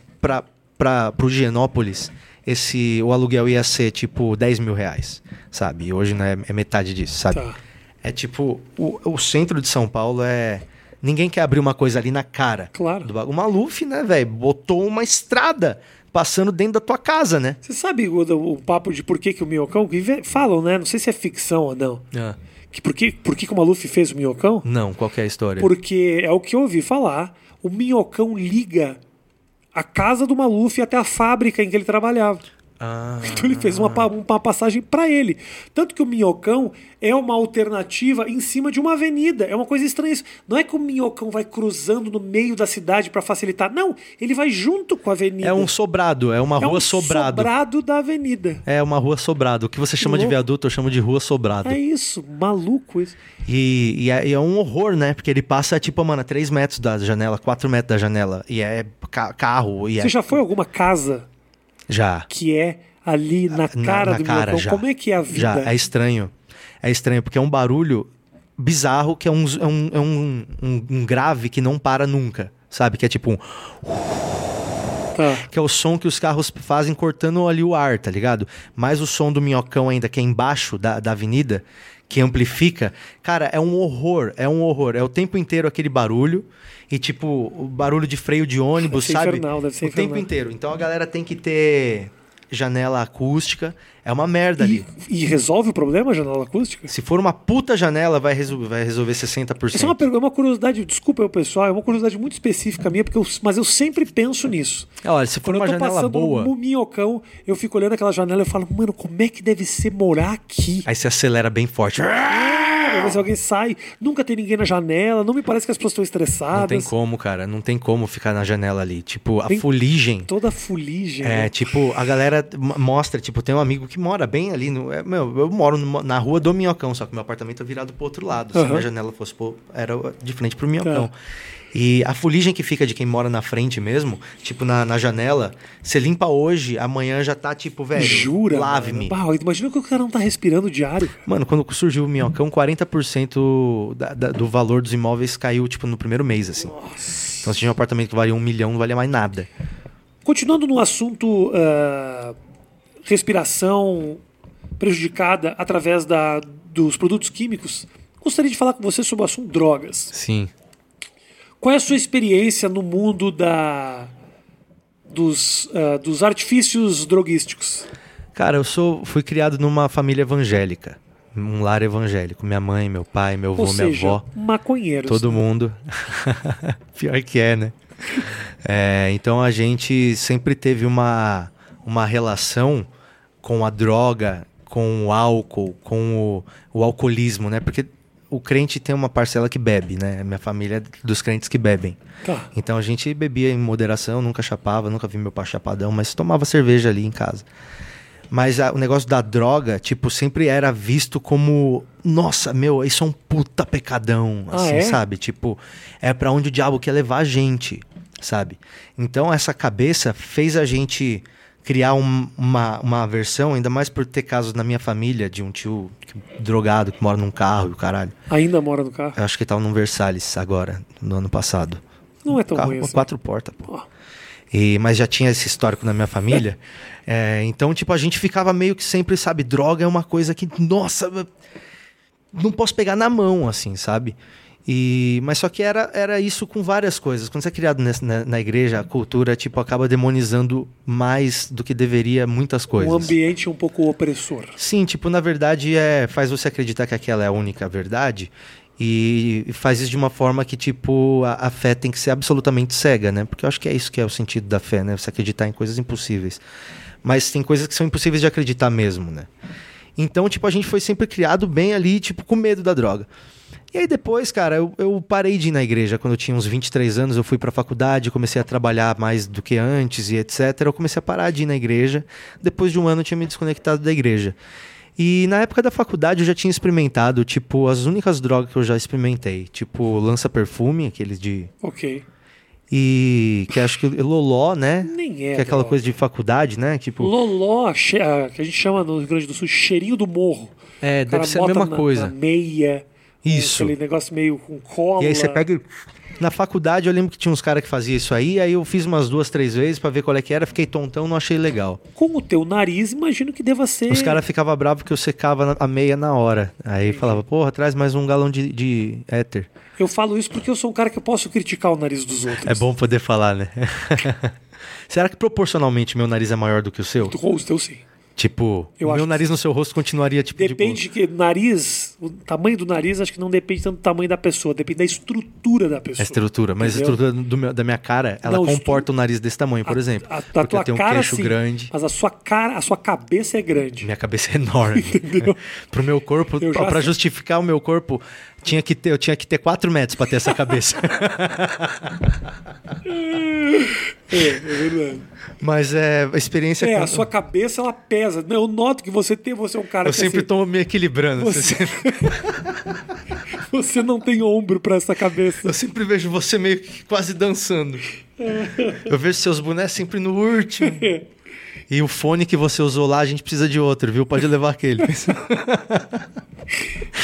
pro Higienópolis, o aluguel ia ser, tipo, 10 mil reais, sabe? E hoje, né, é metade disso, sabe? Tá. É tipo, o centro de São Paulo é... Ninguém quer abrir uma coisa ali na cara. Claro. O Maluf, né, velho, botou uma estrada passando dentro da tua casa, né? Você sabe o papo de por que o Minhocão... Falam, né? Não sei se é ficção ou não. Por que o Maluf fez o Minhocão? Não, qual que é a história? Porque é o que eu ouvi falar. O Minhocão liga a casa do Maluf até a fábrica em que ele trabalhava. Então ele fez uma passagem para ele. Tanto que o Minhocão é uma alternativa em cima de uma avenida. É uma coisa estranha isso. Não é que o Minhocão vai cruzando no meio da cidade para facilitar. Não, ele vai junto com a avenida. É um sobrado, é uma rua sobrado. É um sobrado da avenida. É uma rua sobrado. O que você chama de viaduto, eu chamo de rua sobrado. É isso, maluco isso. E é um horror, né? Porque ele passa, tipo, mano, 3 metros da janela, 4 metros da janela. E é carro. Você já foi a alguma casa... Já. Que é ali na cara do Minhocão. Já. Como é que é a vida? Já, é estranho. É estranho, porque é um barulho bizarro, que é um grave que não para nunca, sabe? Que é tipo um... Tá. Que é o som que os carros fazem cortando ali o ar, tá ligado? Mais o som do Minhocão ainda, que é embaixo da avenida, que amplifica. Cara, é um horror, é um horror. É o tempo inteiro aquele barulho e, tipo, o barulho de freio de ônibus, Deve ser sabe? infernal, deve ser o infernal. tempo inteiro. Então a galera tem que ter janela acústica. É uma merda ali. E resolve o problema a janela acústica? Se for uma puta janela, vai resolver 60%. Essa é uma curiosidade, desculpa aí, pessoal, é uma curiosidade muito específica minha, mas eu sempre penso nisso. Olha, se for Quando uma eu tô janela passando boa, no Minhocão, eu fico olhando aquela janela e falo, mano, como é que deve ser morar aqui? aí você acelera bem forte. Pra ver se alguém sai, nunca tem ninguém na janela, não me parece que as pessoas estão estressadas. Não tem como, cara. Não tem como ficar na janela ali. Tipo, a Tem fuligem. Toda a fuligem. É, né? tipo, a galera mostra, tipo, tem um amigo que mora bem ali no... eu moro na rua do Minhocão, só que meu apartamento é virado pro outro lado. Se a minha janela fosse era de frente pro Minhocão. Tá. E a fuligem que fica de quem mora na frente mesmo, tipo, na janela, você limpa hoje, amanhã já tá, tipo, velho, Jura? lave-me. Mano? Bah, imagina que o cara não tá respirando diário. Mano, quando surgiu o Minhocão, 40% do valor dos imóveis caiu, tipo, no primeiro mês, assim. Nossa. Então, se tinha um apartamento que valia 1 milhão, não valia mais nada. Continuando no assunto respiração prejudicada através dos produtos químicos, gostaria de falar com você sobre o assunto drogas. Sim. Qual é a sua experiência no mundo dos artifícios droguísticos? Cara, fui criado numa família evangélica. Um lar evangélico. Minha mãe, meu pai, meu avô, Ou minha seja, avó. maconheiros. Todo mundo. Pior que é, né? Então a gente sempre teve uma relação com a droga, com o álcool, com o alcoolismo, né? Porque o crente tem uma parcela que bebe, né? Minha família é dos crentes que bebem. Tá. Então a gente bebia em moderação, nunca chapava, nunca vi meu pai chapadão, mas tomava cerveja ali em casa. Mas o negócio da droga, tipo, sempre era visto como... Nossa, meu, isso é um puta pecadão, assim, sabe? Tipo, é pra onde o diabo quer levar a gente, sabe? Então essa cabeça fez a gente criar uma aversão, ainda mais por ter casos na minha família de um tio drogado que mora num carro e o caralho. Ainda mora no carro? Eu acho que ele tava num Versalhes agora, no ano passado. Não é tão Carro ruim com assim. 4 portas, pô. Ó. Mas já tinha esse histórico na minha família. Então, tipo, a gente ficava meio que sempre, sabe? Droga é uma coisa que, nossa, não posso pegar na mão, assim, sabe? Mas só que era isso com várias coisas. Quando você é criado na igreja, a cultura, tipo, acaba demonizando mais do que deveria muitas coisas. Um ambiente um pouco opressor. Sim, tipo, na verdade, faz você acreditar que aquela é a única verdade. E faz isso de uma forma que, tipo, a fé tem que ser absolutamente cega, né? Porque eu acho que é isso que é o sentido da fé, né? Você acreditar em coisas impossíveis. Mas tem coisas que são impossíveis de acreditar mesmo, né? Então, tipo, a gente foi sempre criado bem ali, tipo, com medo da droga. E aí depois, cara, eu parei de ir na igreja. Quando eu tinha uns 23 anos, eu fui pra faculdade, comecei a trabalhar mais do que antes e etc. Eu comecei a parar de ir na igreja. Depois de um ano, eu tinha me desconectado da igreja. E na época da faculdade eu já tinha experimentado, tipo, as únicas drogas que eu já experimentei. Tipo, lança-perfume, aqueles de... Ok. E que acho que Loló, né? Nem Que é aquela coisa de faculdade, né? Tipo... Loló, que a gente chama no Rio Grande do Sul, cheirinho do morro. deve ser a mesma coisa. Na meia. Isso. Aquele negócio meio com cola. E aí você pega... Na faculdade eu lembro que tinha uns caras que faziam isso aí eu fiz umas 2, 3 vezes pra ver qual é que era, fiquei tontão, não achei legal. Com o teu nariz, imagino que deva ser... Os caras ficavam bravos que eu secava a meia na hora. Aí falava, porra, traz mais um galão de éter. Eu falo isso porque eu sou um cara que eu posso criticar o nariz dos outros. É bom poder falar, né? Será que proporcionalmente meu nariz é maior do que o seu? Do rosto, eu sim. Tipo, o meu nariz no seu rosto continuaria tipo Depende de que nariz, o tamanho do nariz acho que não depende tanto do tamanho da pessoa, depende da estrutura da pessoa. A estrutura, mas entendeu? a estrutura da minha cara, ela Não, comporta o nariz desse tamanho, por exemplo. A porque eu tua tenho um cara queixo sim, grande. mas a sua cabeça é grande. Minha cabeça é enorme. Pro meu corpo, pra justificar o meu corpo, eu tinha que ter 4 metros pra ter essa cabeça. É verdade. Mas a experiência... A sua cabeça, ela pesa. Eu noto que você é um cara Eu que sempre assim, tô me equilibrando. você não tem ombro pra essa cabeça. Eu sempre vejo você meio que quase dançando. Eu vejo seus bonés sempre no último. E o fone que você usou lá, a gente precisa de outro, viu? Pode levar aquele.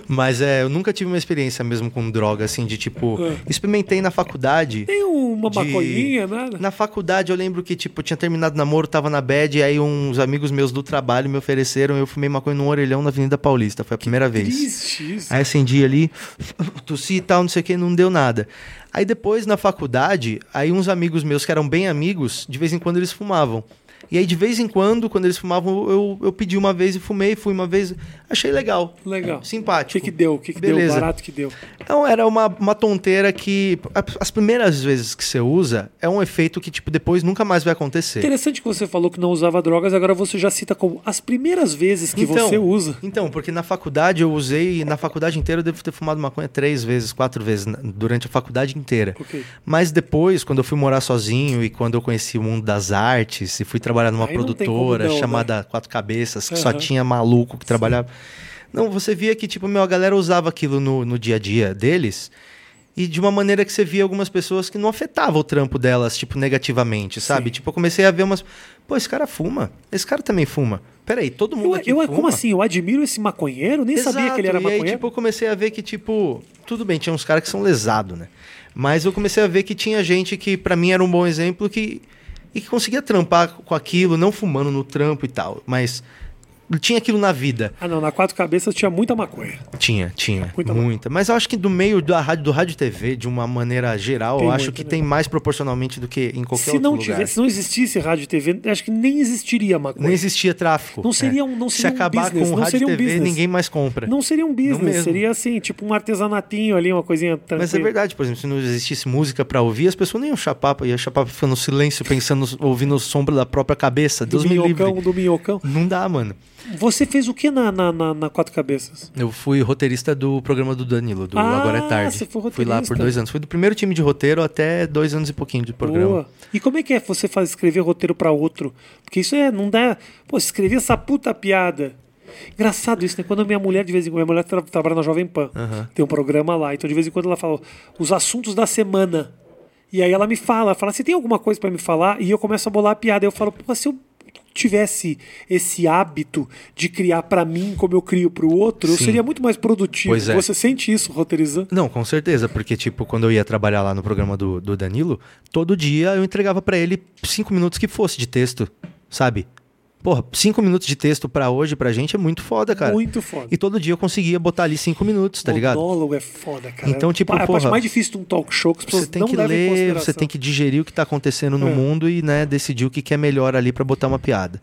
Mas eu nunca tive uma experiência mesmo com droga, assim, de tipo... Experimentei na faculdade. Tem uma maconhinha, nada? Na faculdade eu lembro que, tipo, tinha terminado o namoro, tava na bad, e aí uns amigos meus do trabalho me ofereceram, eu fumei maconha num orelhão na Avenida Paulista, foi a primeira vez. Triste isso. Aí acendi ali, tossi e tal, não sei o que, não deu nada. Aí depois, na faculdade, aí uns amigos meus que eram bem amigos, de vez em quando eles fumavam. E aí, de vez em quando, quando eles fumavam, eu pedi uma vez e fumei, fui uma vez. Achei legal. Legal. Simpático. O que deu? O que deu? Barato que deu? Então, era uma tonteira que... As primeiras vezes que você usa, é um efeito que, tipo, depois nunca mais vai acontecer. Interessante que você falou que não usava drogas, agora você já cita como as primeiras vezes que você usa. Então, porque na faculdade eu usei... Na faculdade inteira eu devo ter fumado maconha 3 vezes, 4 vezes, durante a faculdade inteira. Okay. Mas depois, quando eu fui morar sozinho e quando eu conheci o mundo das artes e fui trabalhar numa produtora chamada Quatro Cabeças, que só tinha maluco que trabalhava. Não, você via que, tipo, a galera usava aquilo no dia a dia deles e de uma maneira que você via algumas pessoas que não afetava o trampo delas, tipo, negativamente, sabe? Sim. Tipo, eu comecei a ver umas... Pô, esse cara fuma. Esse cara também fuma. Peraí, todo mundo aqui fuma. Como assim? Eu admiro esse maconheiro? Nem sabia que ele era maconheiro. E aí, tipo, eu comecei a ver que, tipo... Tudo bem, tinha uns caras que são lesados, né? Mas eu comecei a ver que tinha gente que, pra mim, era um bom exemplo e que conseguia trampar com aquilo, não fumando no trampo e tal, mas tinha aquilo na vida. Ah, não, na Quatro Cabeças tinha muita maconha. Tinha. Muita. Mas eu acho que do meio do rádio e TV, de uma maneira geral, eu acho que tem mais proporcionalmente do que em qualquer outro lugar. Se não existisse rádio e TV, acho que nem existiria maconha. Nem existia tráfico. Não seria Se acabar com o rádio e TV, ninguém mais compra. Não seria um business, seria assim, tipo um artesanatinho ali, uma coisinha tranquila. Mas é verdade, por exemplo, se não existisse música pra ouvir, as pessoas nem iam chapar ficando no silêncio, pensando, ouvindo o sombra da própria cabeça. Deus me livre. Do minhocão. Não dá, mano. Você fez o que na Quatro Cabeças? Eu fui roteirista do programa do Danilo, do Agora é Tarde. Você foi roteirista. Fui lá por 2 anos. Fui do primeiro time de roteiro até 2 anos e pouquinho de programa. Boa. E como é que é você escrever roteiro pra outro? Porque isso não dá... Pô, escrever essa puta piada... Engraçado isso, né? Quando minha mulher, de vez em quando... Minha mulher trabalha na Jovem Pan. Tem um programa lá. Então, de vez em quando, ela fala os assuntos da semana. E aí ela me fala, você tem alguma coisa pra me falar? E eu começo a bolar a piada. Eu falo, pô, se eu tivesse esse hábito de criar pra mim como eu crio pro outro, eu seria muito mais produtivo. Pois é. Você sente isso roteirizando? Não, com certeza, porque tipo, quando eu ia trabalhar lá no programa do Danilo, todo dia eu entregava pra ele 5 minutos que fosse de texto, sabe? Porra, 5 minutos de texto pra hoje, pra gente, é muito foda, cara. Muito foda. E todo dia eu conseguia botar ali 5 minutos, tá ligado? Monólogo é foda, cara. Então, tipo, a parte mais difícil de um talk show que as pessoas você tem não que levam em ler, consideração. você tem que digerir o que tá acontecendo no mundo e, né, decidir o que é melhor ali pra botar uma piada.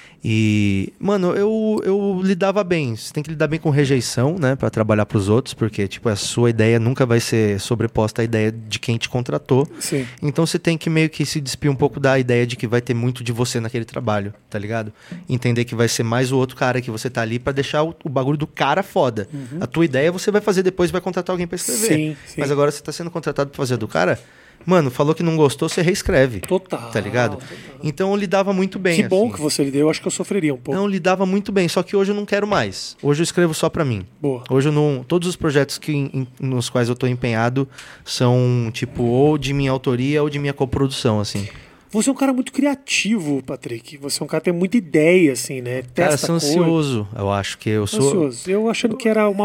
E, mano, eu lidava bem. Você tem que lidar bem com rejeição, né? Pra trabalhar pros outros, porque, tipo, a sua ideia nunca vai ser sobreposta à ideia de quem te contratou. Sim. Então você tem que meio que se despir um pouco da ideia de que vai ter muito de você naquele trabalho, tá ligado? Entender que vai ser mais o outro cara que você tá ali pra deixar o bagulho do cara foda. A tua ideia você vai fazer depois, vai contratar alguém pra escrever. Sim. Mas agora você tá sendo contratado pra fazer a do cara... Mano, falou que não gostou, você reescreve. Total. Tá ligado? Total. Então eu lidava muito bem. Que bom assim. que você lidou. Eu acho que eu sofreria um pouco. Não, lidava muito bem. Só que hoje eu não quero mais. Hoje eu escrevo só pra mim. Boa. Hoje eu não... Todos os projetos nos quais eu tô empenhado são, tipo, ou de minha autoria ou de minha coprodução, assim. Você é um cara muito criativo, Patrick. Você é um cara que tem muita ideia, assim, né? Cara, sou ansioso. Eu acho que eu sou... Ansioso. Eu achava que era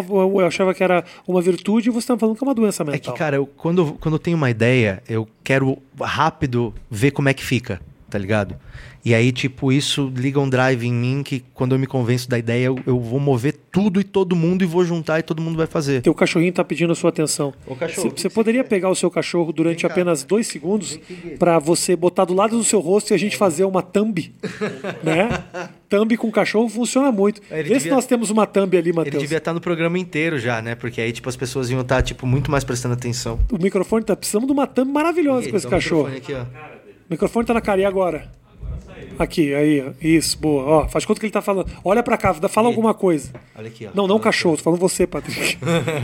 uma virtude e você estava falando que é uma doença mental. É que, cara, quando eu tenho uma ideia, eu quero rápido ver como é que fica, tá ligado? E aí, tipo, isso liga um drive em mim que quando eu me convenço da ideia, eu vou mover tudo e todo mundo e vou juntar e todo mundo vai fazer. Teu cachorrinho tá pedindo a sua atenção. O cachorro. Você poderia pegar o seu cachorro durante apenas 2 segundos pra você botar do lado do seu rosto e a gente fazer uma thumb, né? Thumb com cachorro funciona muito. Vê se nós temos uma thumb ali, Matheus. Ele devia estar no programa inteiro já, né? Porque aí, tipo, as pessoas iam estar, tipo, muito mais prestando atenção. O microfone tá precisando de uma thumb maravilhosa com esse cachorro. Aqui, ó. O microfone tá na cara, e agora? Aqui, aí, ó. Isso, boa. Ó, faz conta que ele tá falando. Olha pra cá, fala alguma coisa. Olha aqui, ó. Não o cachorro, tô falando você, Patrick.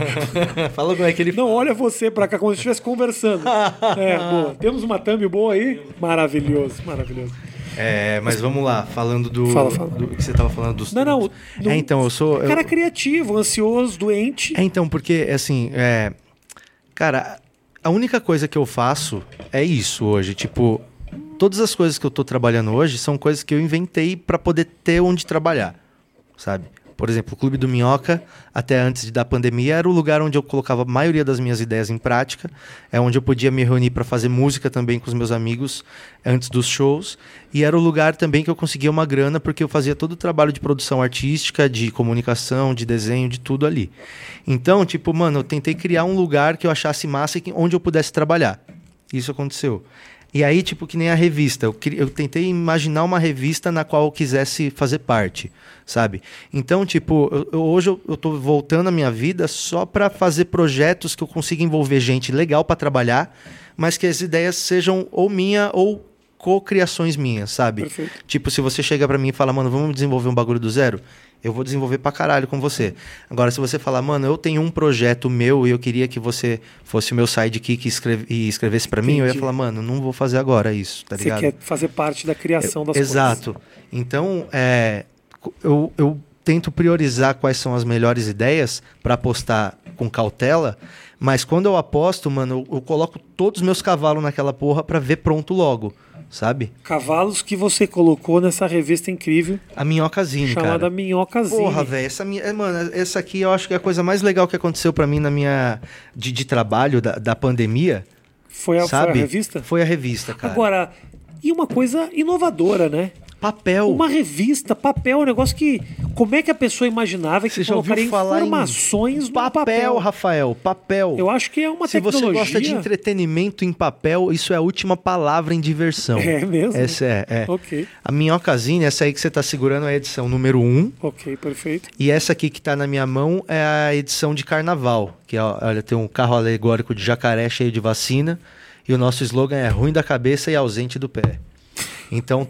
Fala como é que ele Não, olha você pra cá, como se estivesse conversando. Boa. Temos uma thumb boa aí? Maravilhoso, maravilhoso. Mas vamos lá, falando do... Fala. do que você tava falando dos... Não. Então, eu sou... Cara criativo, ansioso, doente. Então, porque, assim, cara, a única coisa que eu faço é isso hoje, tipo... Todas as coisas que eu tô trabalhando hoje são coisas que eu inventei pra poder ter onde trabalhar, sabe? Por exemplo, o Clube do Minhoca, até antes da pandemia, era o lugar onde eu colocava a maioria das minhas ideias em prática. É onde eu podia me reunir para fazer música também com os meus amigos antes dos shows. E era o lugar também que eu conseguia uma grana, porque eu fazia todo o trabalho de produção artística, de comunicação, de desenho, de tudo ali. Então, tipo, mano, eu tentei criar um lugar que eu achasse massa e onde eu pudesse trabalhar. Isso aconteceu. E aí, tipo, que nem a revista. Eu tentei imaginar uma revista na qual eu quisesse fazer parte, sabe? Então, tipo, hoje eu tô voltando à minha vida só para fazer projetos que eu consiga envolver gente legal para trabalhar, mas que as ideias sejam ou minha ou co-criações minhas, sabe? Perfeito. Tipo, se você chega para mim e fala, mano, vamos desenvolver um bagulho do zero, eu vou desenvolver pra caralho com você. Agora, se você falar, mano, eu tenho um projeto meu e eu queria que você fosse o meu sidekick e escrevesse pra mim, eu ia falar, mano, não vou fazer agora isso, tá ligado? Você quer fazer parte da criação das coisas. Exato. Então, eu tento priorizar quais são as melhores ideias pra apostar com cautela, mas quando eu aposto, mano, eu coloco todos os meus cavalos naquela porra pra ver pronto logo. Sabe? Cavalos que você colocou nessa revista incrível. A Minhocazine, cara. Chamada Minhocazine. Porra, velho. Mano, essa aqui eu acho que é a coisa mais legal que aconteceu pra mim na minha... De trabalho da pandemia. Foi a revista? Foi a revista, cara. Agora, e uma coisa inovadora, né? Papel. Uma revista, papel, um negócio que... Como é que a pessoa imaginava que Você já ouviu colocaria falar informações em no papel? papel, Rafael, papel. Eu acho que é uma Se tecnologia... você gosta de entretenimento em papel, isso é a última palavra em diversão. É mesmo? Essa é. Ok. A Minhocazine, essa aí que você tá segurando é a edição número 1. Ok, perfeito. E essa aqui que tá na minha mão é a edição de carnaval. Que olha, tem um carro alegórico de jacaré cheio de vacina. E o nosso slogan é ruim da cabeça e ausente do pé. Então,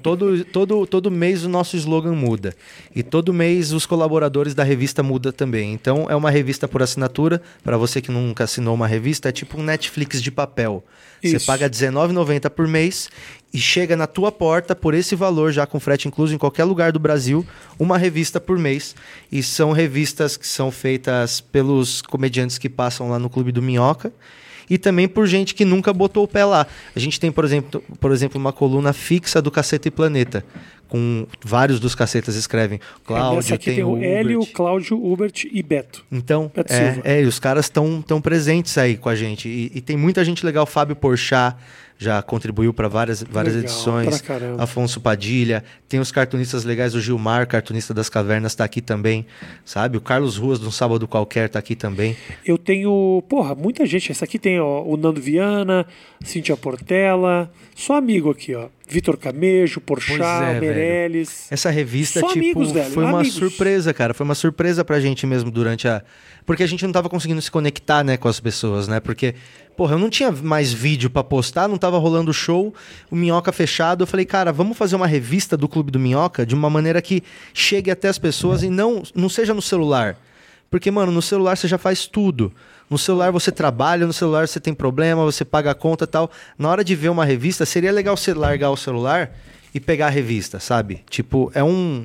todo mês o nosso slogan muda. E todo mês os colaboradores da revista mudam também. Então, é uma revista por assinatura. Para você que nunca assinou uma revista, é tipo um Netflix de papel. Você paga R$19,90 por mês e chega na tua porta por esse valor, já com frete incluso em qualquer lugar do Brasil, uma revista por mês. E são revistas que são feitas pelos comediantes que passam lá no Clube do Minhoca. E também por gente que nunca botou o pé lá. A gente tem, por exemplo, uma coluna fixa do Caceta e Planeta, com vários dos cacetas escrevem. Cláudio, aqui tem o Hélio, Cláudio, Hubert e Beto. Então, Beto Silva. E os caras estão presentes aí com a gente. E tem muita gente legal. Fábio Porchat já contribuiu para várias Legal, edições. pra caramba. Afonso Padilha. Tem os cartunistas legais. O Gilmar, cartunista das Cavernas, tá aqui também. Sabe? O Carlos Ruas, de Um Sábado Qualquer, tá aqui também. Eu tenho... Porra, muita gente. Essa aqui tem ó, o Nando Viana, Cíntia Portela. Só amigo aqui, ó. Vitor Camejo, Porchat, Meirelles. Velho. Essa revista, Só amigos, velho. foi uma Amigos. surpresa, cara. Foi uma surpresa pra gente mesmo durante a... Porque a gente não tava conseguindo se conectar, né, com as pessoas, né? Porque, porra, eu não tinha mais vídeo pra postar, não tava rolando show, o Minhoca fechado. Eu falei, cara, vamos fazer uma revista do Clube do Minhoca de uma maneira que chegue até as pessoas e não seja no celular. Porque, mano, no celular você já faz tudo. No celular você trabalha, no celular você tem problema, você paga a conta e tal. Na hora de ver uma revista, seria legal você largar o celular e pegar a revista, sabe? Tipo, é um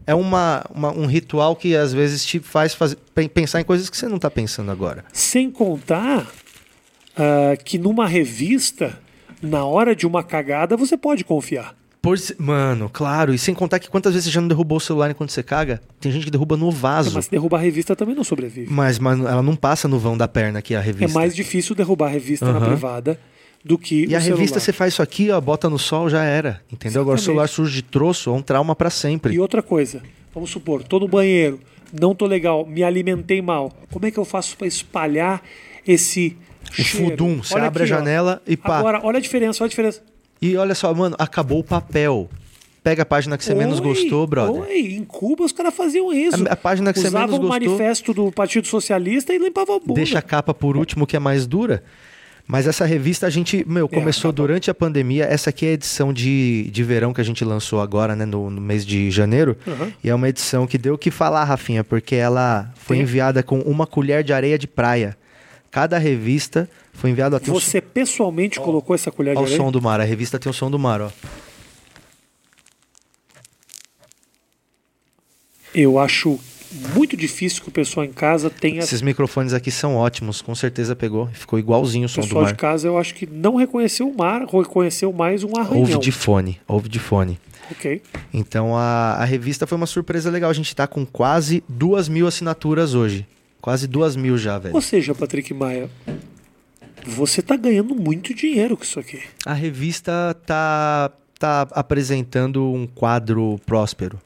ritual que às vezes te faz pensar em coisas que você não tá pensando agora. Sem contar que numa revista, na hora de uma cagada, você pode confiar. Mano, claro. E sem contar que quantas vezes você já não derrubou o celular enquanto você caga? Tem gente que derruba no vaso. Mas se derrubar a revista também não sobrevive. Mas ela não passa no vão da perna aqui, a revista. É mais difícil derrubar a revista na privada do que E a celular. revista você faz isso aqui, ó, bota no sol, já era. Entendeu? Exatamente. Agora o celular surge de troço, é um trauma pra sempre. E outra coisa, vamos supor, tô no banheiro, não tô legal, me alimentei mal. Como é que eu faço para espalhar esse cheiro? Fudum, você Olha abre aqui, a janela e pá. Agora, olha a diferença, olha a diferença. E olha só, mano, acabou o papel. Pega a página que você menos gostou, brother. Em Cuba os caras faziam isso. A página que você menos Usavam o gostou. manifesto do Partido Socialista e limpavam a bunda. Deixa a capa por último, que é mais dura. Mas essa revista a gente, começou durante a pandemia. Essa aqui é a edição de verão que a gente lançou agora, né, no mês de janeiro. E é uma edição que deu o que falar, Rafinha, porque ela foi enviada com 1 colher de areia de praia. Cada revista foi enviada... Você pessoalmente colocou essa colher de areia? Olha o som do mar. A revista tem o som do mar, ó. Eu acho muito difícil que o pessoal em casa tenha... Esses microfones aqui são ótimos, com certeza pegou. Ficou igualzinho o som O do pessoal de mar. casa eu acho que não reconheceu o mar, reconheceu mais um arranhão. Ouve de fone. Ok. Então a revista foi uma surpresa legal. A gente tá com quase 2.000 assinaturas hoje. Quase 2.000 já, velho. Ou seja, Patrick Maia, você tá ganhando muito dinheiro com isso aqui. A revista tá apresentando um quadro próspero.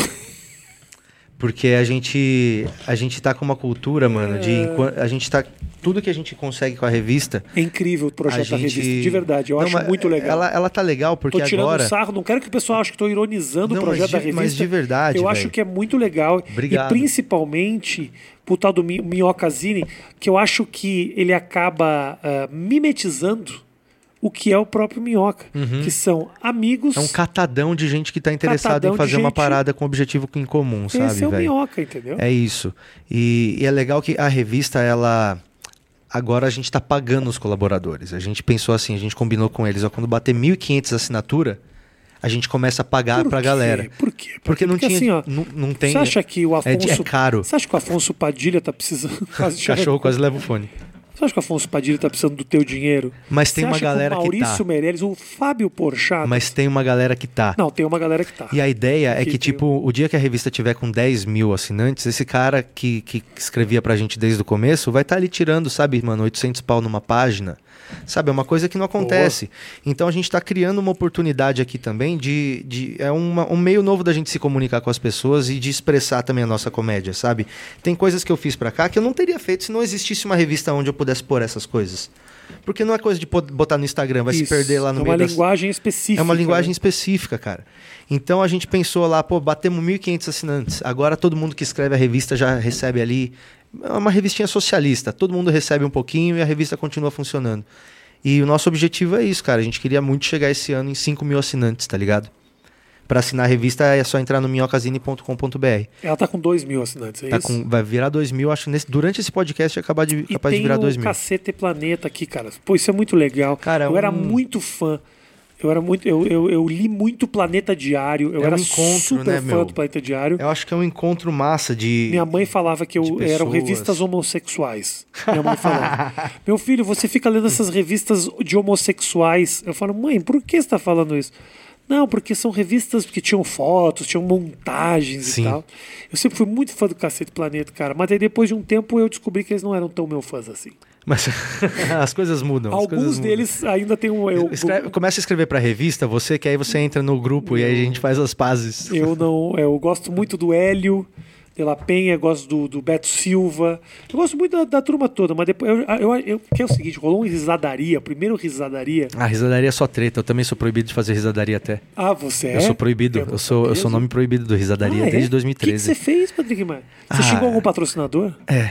Porque a gente tá com uma cultura, mano, a gente tá... Tudo que a gente consegue com a revista... É incrível o projeto da revista, de verdade. Eu acho muito legal. Ela tá legal porque tô tirando agora... sarro, não quero que o pessoal ache que estou ironizando o projeto da revista. Mas de verdade, eu acho que é muito legal. Obrigado. E principalmente pro tal do Minhocazine, que eu acho que ele acaba mimetizando o que é o próprio Minhoca, que são amigos... É um catadão de gente que tá interessado em fazer uma parada com objetivo em comum, sabe, velho? Esse é o Minhoca, entendeu? É isso. E é legal que a revista, ela... Agora a gente tá pagando os colaboradores. A gente pensou assim, a gente combinou com eles, ó, quando bater 1.500 assinatura, a gente começa a pagar pra galera. Por quê? Porque não tinha... assim, ó, não tem... Você acha que o Afonso... É caro. Você acha que o Afonso Padilha tá precisando... O cachorro quase leva o fone. Você acha que o Afonso Padilha tá precisando do teu dinheiro? Mas tem uma galera que tá. O Maurício Meirelles, o Fábio Porchat... Mas tem uma galera que tá. Não, tem uma galera que tá. E a ideia é que, tipo, o dia que a revista tiver com 10.000 assinantes, esse cara que escrevia pra gente desde o começo vai estar ali tirando, sabe, mano, 800 pau numa página. Sabe, é uma coisa que não acontece. Então a gente tá criando uma oportunidade aqui também é um meio novo da gente se comunicar com as pessoas e de expressar também a nossa comédia, sabe? Tem coisas que eu fiz pra cá que eu não teria feito se não existisse uma revista onde eu pudesse pôr essas coisas. Porque não é coisa de botar no Instagram, vai se perder lá no meio das... É uma linguagem específica. É uma linguagem específica, cara. Então a gente pensou lá, pô, batemos 1.500 assinantes. Agora todo mundo que escreve a revista já recebe ali. É uma revistinha socialista. Todo mundo recebe um pouquinho e a revista continua funcionando. E o nosso objetivo é isso, cara. A gente queria muito chegar esse ano em 5.000 assinantes, tá ligado? Pra assinar a revista é só entrar no minhocazine.com.br. Ela tá com 2.000 assinantes, é isso? Vai virar 2.000, acho que durante esse podcast é capaz de virar 2.000. E tem o Cacete Planeta aqui, cara. Pô, isso é muito legal. Cara, eu era muito fã. Eu li muito Planeta Diário. Eu era super fã do Planeta Diário. Eu acho que é um encontro massa de... Minha mãe falava que eram revistas homossexuais. Minha mãe falava. Meu filho, você fica lendo essas revistas de homossexuais. Eu falo, mãe, por que você está falando isso? Não, porque são revistas que tinham fotos, tinham montagens e tal. Eu sempre fui muito fã do Cacete Planeta, cara. Mas aí depois de um tempo eu descobri que eles não eram tão meus fãs assim. Mas as coisas mudam. Alguns deles ainda tem um... Começa a escrever pra revista, que aí você entra no grupo e aí a gente faz as pazes. Eu gosto muito do Hélio de La Penha, gosto do Beto Silva. Eu gosto muito da turma toda, mas depois que é o seguinte, rolou um risadaria, primeiro risadaria. Ah, risadaria é só treta, eu também sou proibido de fazer risadaria até. Ah, você é? Eu sou proibido, eu sou nome proibido do risadaria desde 2013. O que você fez, Patrick Maia? Você xingou algum patrocinador?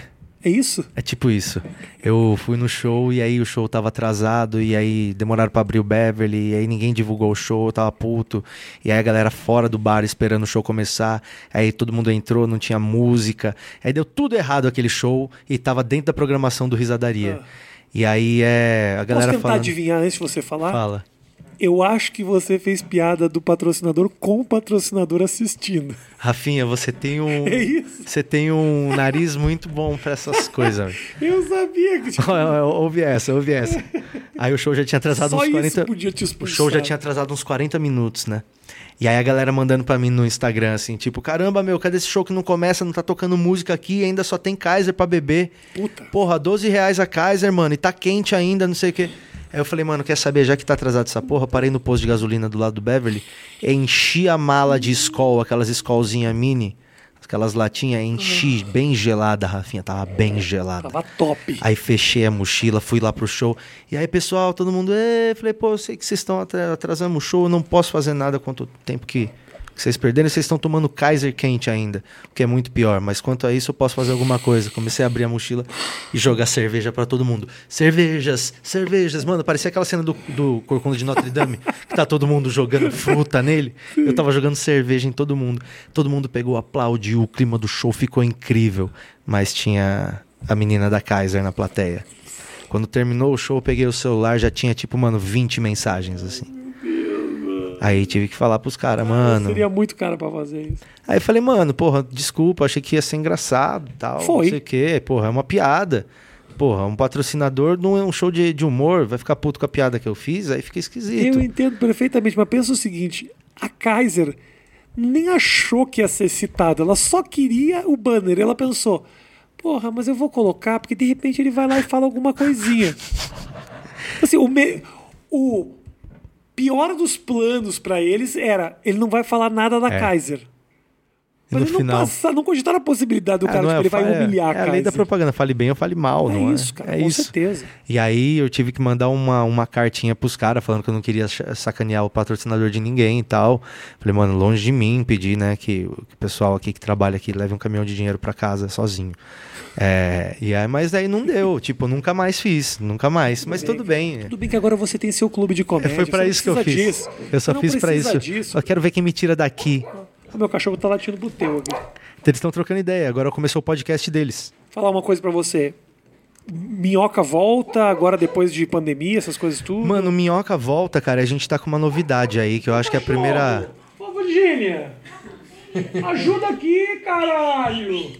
É isso? É tipo isso. Eu fui no show e aí o show tava atrasado e aí demoraram pra abrir o Beverly e aí ninguém divulgou o show, eu tava puto. E aí a galera fora do bar esperando o show começar. Aí todo mundo entrou, não tinha música. Aí deu tudo errado aquele show e tava dentro da programação do Risadaria. E aí a galera Posso tentar adivinhar antes de você falar? Fala. Eu acho que você fez piada do patrocinador com o patrocinador assistindo. Rafinha, você tem um... É isso? Você tem um nariz muito bom pra essas coisas. Eu sabia que... Ouve essa. Aí o show já tinha atrasado Só uns 40... isso podia te expulsar. O show já tinha atrasado uns 40 minutos, né? E aí a galera mandando pra mim no Instagram, assim, tipo, caramba, meu, cadê esse show que não começa, não tá tocando música aqui e ainda só tem Kaiser pra beber? Puta. Porra, R$12 a Kaiser, mano, e tá quente ainda, não sei o quê. Aí eu falei, mano, quer saber, já que tá atrasado essa porra, parei no posto de gasolina do lado do Beverly, enchi a mala de Skol, aquelas Skolzinha mini, aquelas latinhas, enchi bem gelada, Rafinha, tava bem gelada. Tava top. Aí fechei a mochila, fui lá pro show, e aí pessoal, todo mundo, falei, pô, eu sei que vocês estão atrasando o show, eu não posso fazer nada quanto o tempo que vocês perderam, vocês estão tomando Kaiser quente ainda, o que é muito pior, mas quanto a isso eu posso fazer alguma coisa. Comecei a abrir a mochila e jogar cerveja pra todo mundo. Cervejas, mano, parecia aquela cena do Corcunda de Notre Dame, que tá todo mundo jogando fruta nele. Eu tava jogando cerveja em todo mundo pegou, aplaudiu, o clima do show ficou incrível, mas tinha a menina da Kaiser na plateia. Quando terminou o show, eu peguei o celular, já tinha tipo, mano, 20 mensagens, assim. Aí tive que falar pros caras, mano. Seria muito cara pra fazer isso. Aí eu falei, mano, porra, desculpa, achei que ia ser engraçado e tal. Foi. Não sei o quê. Porra, é uma piada. Porra, um patrocinador não é um show de humor, vai ficar puto com a piada que eu fiz, aí fica esquisito. Eu entendo perfeitamente, mas pensa o seguinte: a Kaiser nem achou que ia ser citado, ela só queria o banner. Ela pensou, porra, mas eu vou colocar, porque de repente ele vai lá e fala alguma coisinha. Assim, o pior dos planos pra eles era, ele não vai falar nada da Kaiser. E Mas no ele final... não cogitaram a possibilidade do cara, não tipo, ele vai humilhar a É Kaiser. a lei da propaganda, fale bem ou fale mal, não é? Isso, cara, é com isso. certeza. E aí eu tive que mandar uma cartinha pros caras falando que eu não queria sacanear o patrocinador de ninguém e tal. Falei, mano, longe de mim pedir, né, que o pessoal aqui que trabalha aqui leve um caminhão de dinheiro pra casa sozinho. E aí, mas daí não deu, tipo, nunca mais fiz, nunca mais. Mas tudo bem. Tudo bem que agora você tem seu clube de comédia. Foi pra você isso que eu não fiz. precisa disso. Eu só Você não fiz pra precisa isso. disso. Eu quero ver quem me tira daqui. O meu cachorro tá latindo pro teu aqui. Eles estão trocando ideia, agora começou o podcast deles. Falar uma coisa pra você. Minhoca volta agora depois de pandemia, essas coisas tudo. Mano, Minhoca volta, cara, e a gente tá com uma novidade aí, que eu acho que é a primeira... Ô, Virgínia! Ajuda aqui, caralho!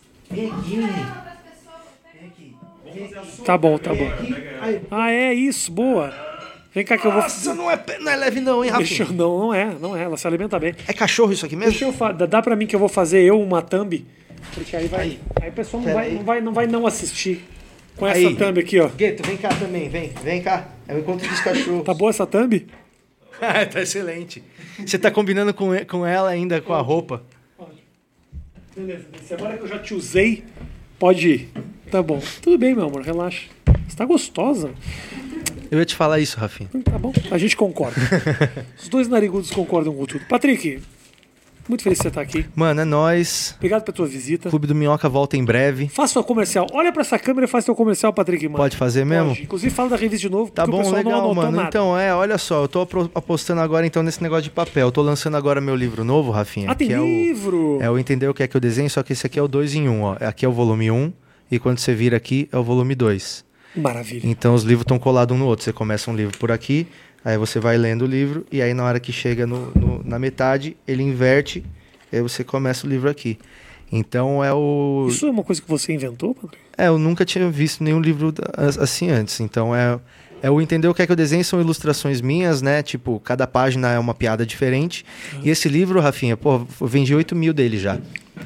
Tá bom. Ah, é isso, boa. Vem cá que eu vou... Nossa, não é leve não, hein, Deixa Rafinha? eu... Não é. Ela se alimenta bem. É cachorro isso aqui mesmo? Deixa eu dá pra mim que eu vou fazer uma thumb, porque aí vai... Aí o pessoal não vai não assistir com essa Aí. thumb aqui, ó. Gueto, vem cá também, vem cá. É o encontro dos cachorros. Tá boa essa thumb? Tá excelente. Você tá combinando com ela ainda, com a roupa. Beleza, se agora que eu já te usei, pode ir. Tá bom. Tudo bem, meu amor, relaxa. Você tá gostosa. Eu ia te falar isso, Rafinha. Tá bom, a gente concorda. Os dois narigudos concordam com tudo. Patrick, muito feliz que você tá aqui. Mano, é nóis. Obrigado pela tua visita. Clube do Minhoca volta em breve. Faça o comercial. Olha pra essa câmera e faz teu comercial, Patrick. Mano. Pode fazer mesmo? Pode. Inclusive fala da revista de novo, Tá porque o bom, pessoal não legal, anotou mano. nada. Então, olha só, eu tô apostando agora então nesse negócio de papel. Eu tô lançando agora meu livro novo, Rafinha. Ah, tem que livro! É o Entender o que é que eu desenho, só que esse aqui é o 2 em 1, ó. Aqui é o volume 1 e quando você vira aqui é o volume 2. Maravilha. Então os livros estão colados um no outro. Você começa um livro por aqui, aí você vai lendo o livro, e aí na hora que chega na metade, ele inverte, e aí você começa o livro aqui. Então é o... Isso é uma coisa que você inventou, Patrick? Eu nunca tinha visto nenhum livro assim antes. Então é o Entender o que é que eu desenho, são ilustrações minhas, né? Tipo, cada página é uma piada diferente. E esse livro, Rafinha, pô, eu vendi 8 mil dele já.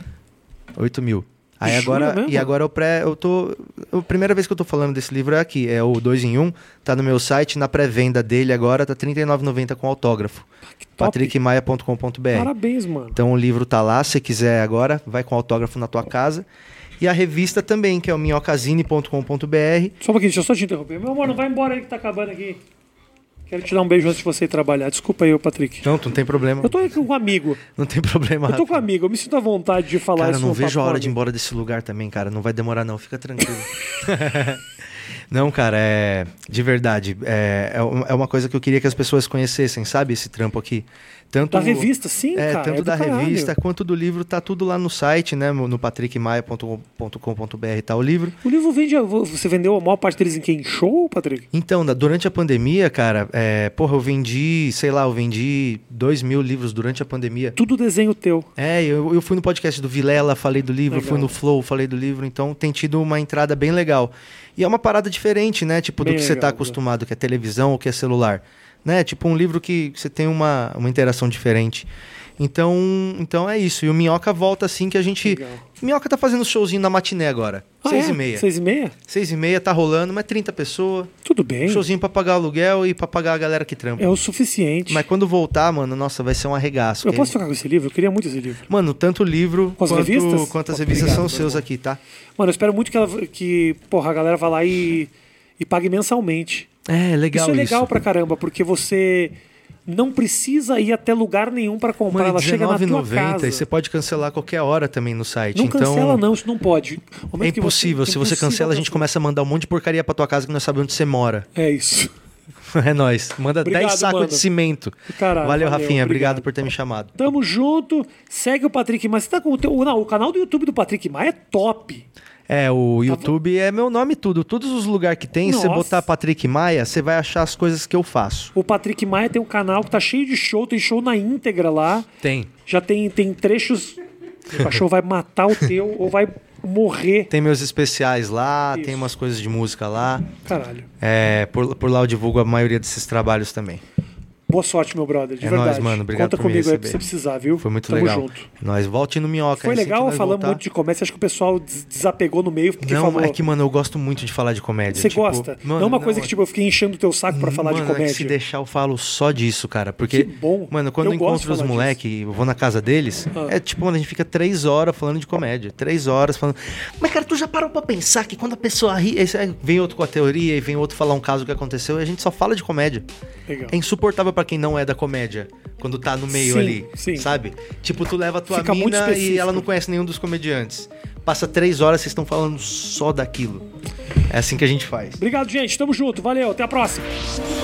8 mil. Aí agora, mesmo? e agora a primeira vez que eu tô falando desse livro é aqui, é o 2 em 1, tá no meu site, na pré-venda dele agora tá R$ 39,90 com autógrafo. patrickmaia.com.br. Parabéns, mano. Então o livro tá lá, se quiser agora, vai com autógrafo na tua casa. E a revista também, que é o minhocazine.com.br. Só um pouquinho, deixa eu só te interromper. Meu amor, não vai embora aí que tá acabando aqui. Quero te dar um beijo antes de você ir trabalhar. Desculpa aí, Patrick. Não tem problema. Eu tô aqui com um amigo. Não tem problema. Eu tô com um amigo, eu me sinto à vontade de falar Cara, isso. eu não no vejo a papo hora de ir amigo. embora desse lugar também, cara. Não vai demorar não, fica tranquilo. Não, cara, de verdade. É uma coisa que eu queria que as pessoas conhecessem, sabe? Esse trampo aqui. Tanto Da revista, sim, cara. Tanto do da caralho. revista quanto do livro, tá tudo lá no site, né? No patrickmaia.com.br tá o livro. O livro vende. Você vendeu a maior parte deles em quem? Em show, Patrick? Então, durante a pandemia, cara, eu vendi 2 mil livros durante a pandemia. Tudo desenho teu. Eu fui no podcast do Vilela, falei do livro, Legal. fui no Flow, falei do livro, então tem tido uma entrada bem legal. E é uma parada diferente, né? Tipo, Bem do que você legal, tá acostumado, que é televisão ou que é celular. Né? Tipo um livro que você tem uma interação diferente. Então é isso. E o Minhoca volta assim que a gente... Legal. Minhoca tá fazendo showzinho na matiné agora. 6h30. 6h30? 6h30, tá rolando, mas 30 pessoas. Tudo bem. Showzinho pra pagar o aluguel e pra pagar a galera que trampa. É o suficiente. Mas quando voltar, mano, nossa, vai ser um arregaço. Eu que- posso ficar com esse livro? Eu queria muito esse livro. Mano, tanto o livro Com as revistas? quanto as revistas Obrigado, são meu seus irmão. aqui, tá? Mano, eu espero muito que a galera vá lá e pague mensalmente. É, legal Isso é legal isso. pra caramba, porque você não precisa ir até lugar nenhum pra comprar. Mano, Ela chega na tua R$19,90 casa. e você pode cancelar a qualquer hora também no site. Não então, cancela não, isso não pode. O momento é que impossível. Se você cancela, a gente começa a mandar um monte de porcaria pra tua casa que nós sabemos onde você mora. É isso. É nóis. Manda Obrigado, 10 sacos mano. de cimento. Caralho, valeu, valeu, Rafinha. obrigado. Obrigado por ter me chamado. Tamo junto. Segue o Patrick Maia. Você tá com o canal do YouTube do Patrick Maia é top. O YouTube é meu nome e tudo. Todos os lugares que tem, se você Nossa. botar Patrick Maia, você vai achar as coisas que eu faço. O Patrick Maia tem um canal que tá cheio de show, tem show na íntegra lá. Tem. Já tem trechos. O cachorro vai matar o teu ou vai morrer. Tem meus especiais lá, Isso. tem umas coisas de música lá. Caralho. Por lá eu divulgo a maioria desses trabalhos também. Boa sorte, meu brother, de É verdade. nóis, mano. Obrigado Conta por me comigo aí receber. pra você precisar, viu? Foi muito Tamo legal. junto. Nós volte no Minhoca. Foi assim que legal, nós falamos voltar. muito de comédia. Você acha que o pessoal desapegou no meio porque Não, falou... é que, mano, eu gosto muito de falar de comédia. Você tipo, gosta? Mano, não é uma coisa que, tipo, eu fiquei enchendo o teu saco pra falar de mano, comédia. É que se deixar eu falo só disso, cara. Porque, Que bom. mano, quando eu Eu gosto de encontro os falar moleques, eu vou na casa deles, é tipo, mano, a gente fica 3 horas falando de comédia. 3 horas falando. Mas, cara, tu já parou pra pensar que quando a pessoa ri, aí vem outro com a teoria e vem outro falar um caso que aconteceu e a gente só fala de comédia. Legal. É insuportável pra quem não é da comédia. Quando tá no meio Sim, ali, sim. sabe? Tipo, tu leva a tua Fica muito mina e específico. ela não conhece nenhum dos comediantes. Passa 3 horas, vocês estão falando só daquilo. É assim que a gente faz. Obrigado, gente. Tamo junto. Valeu. Até a próxima.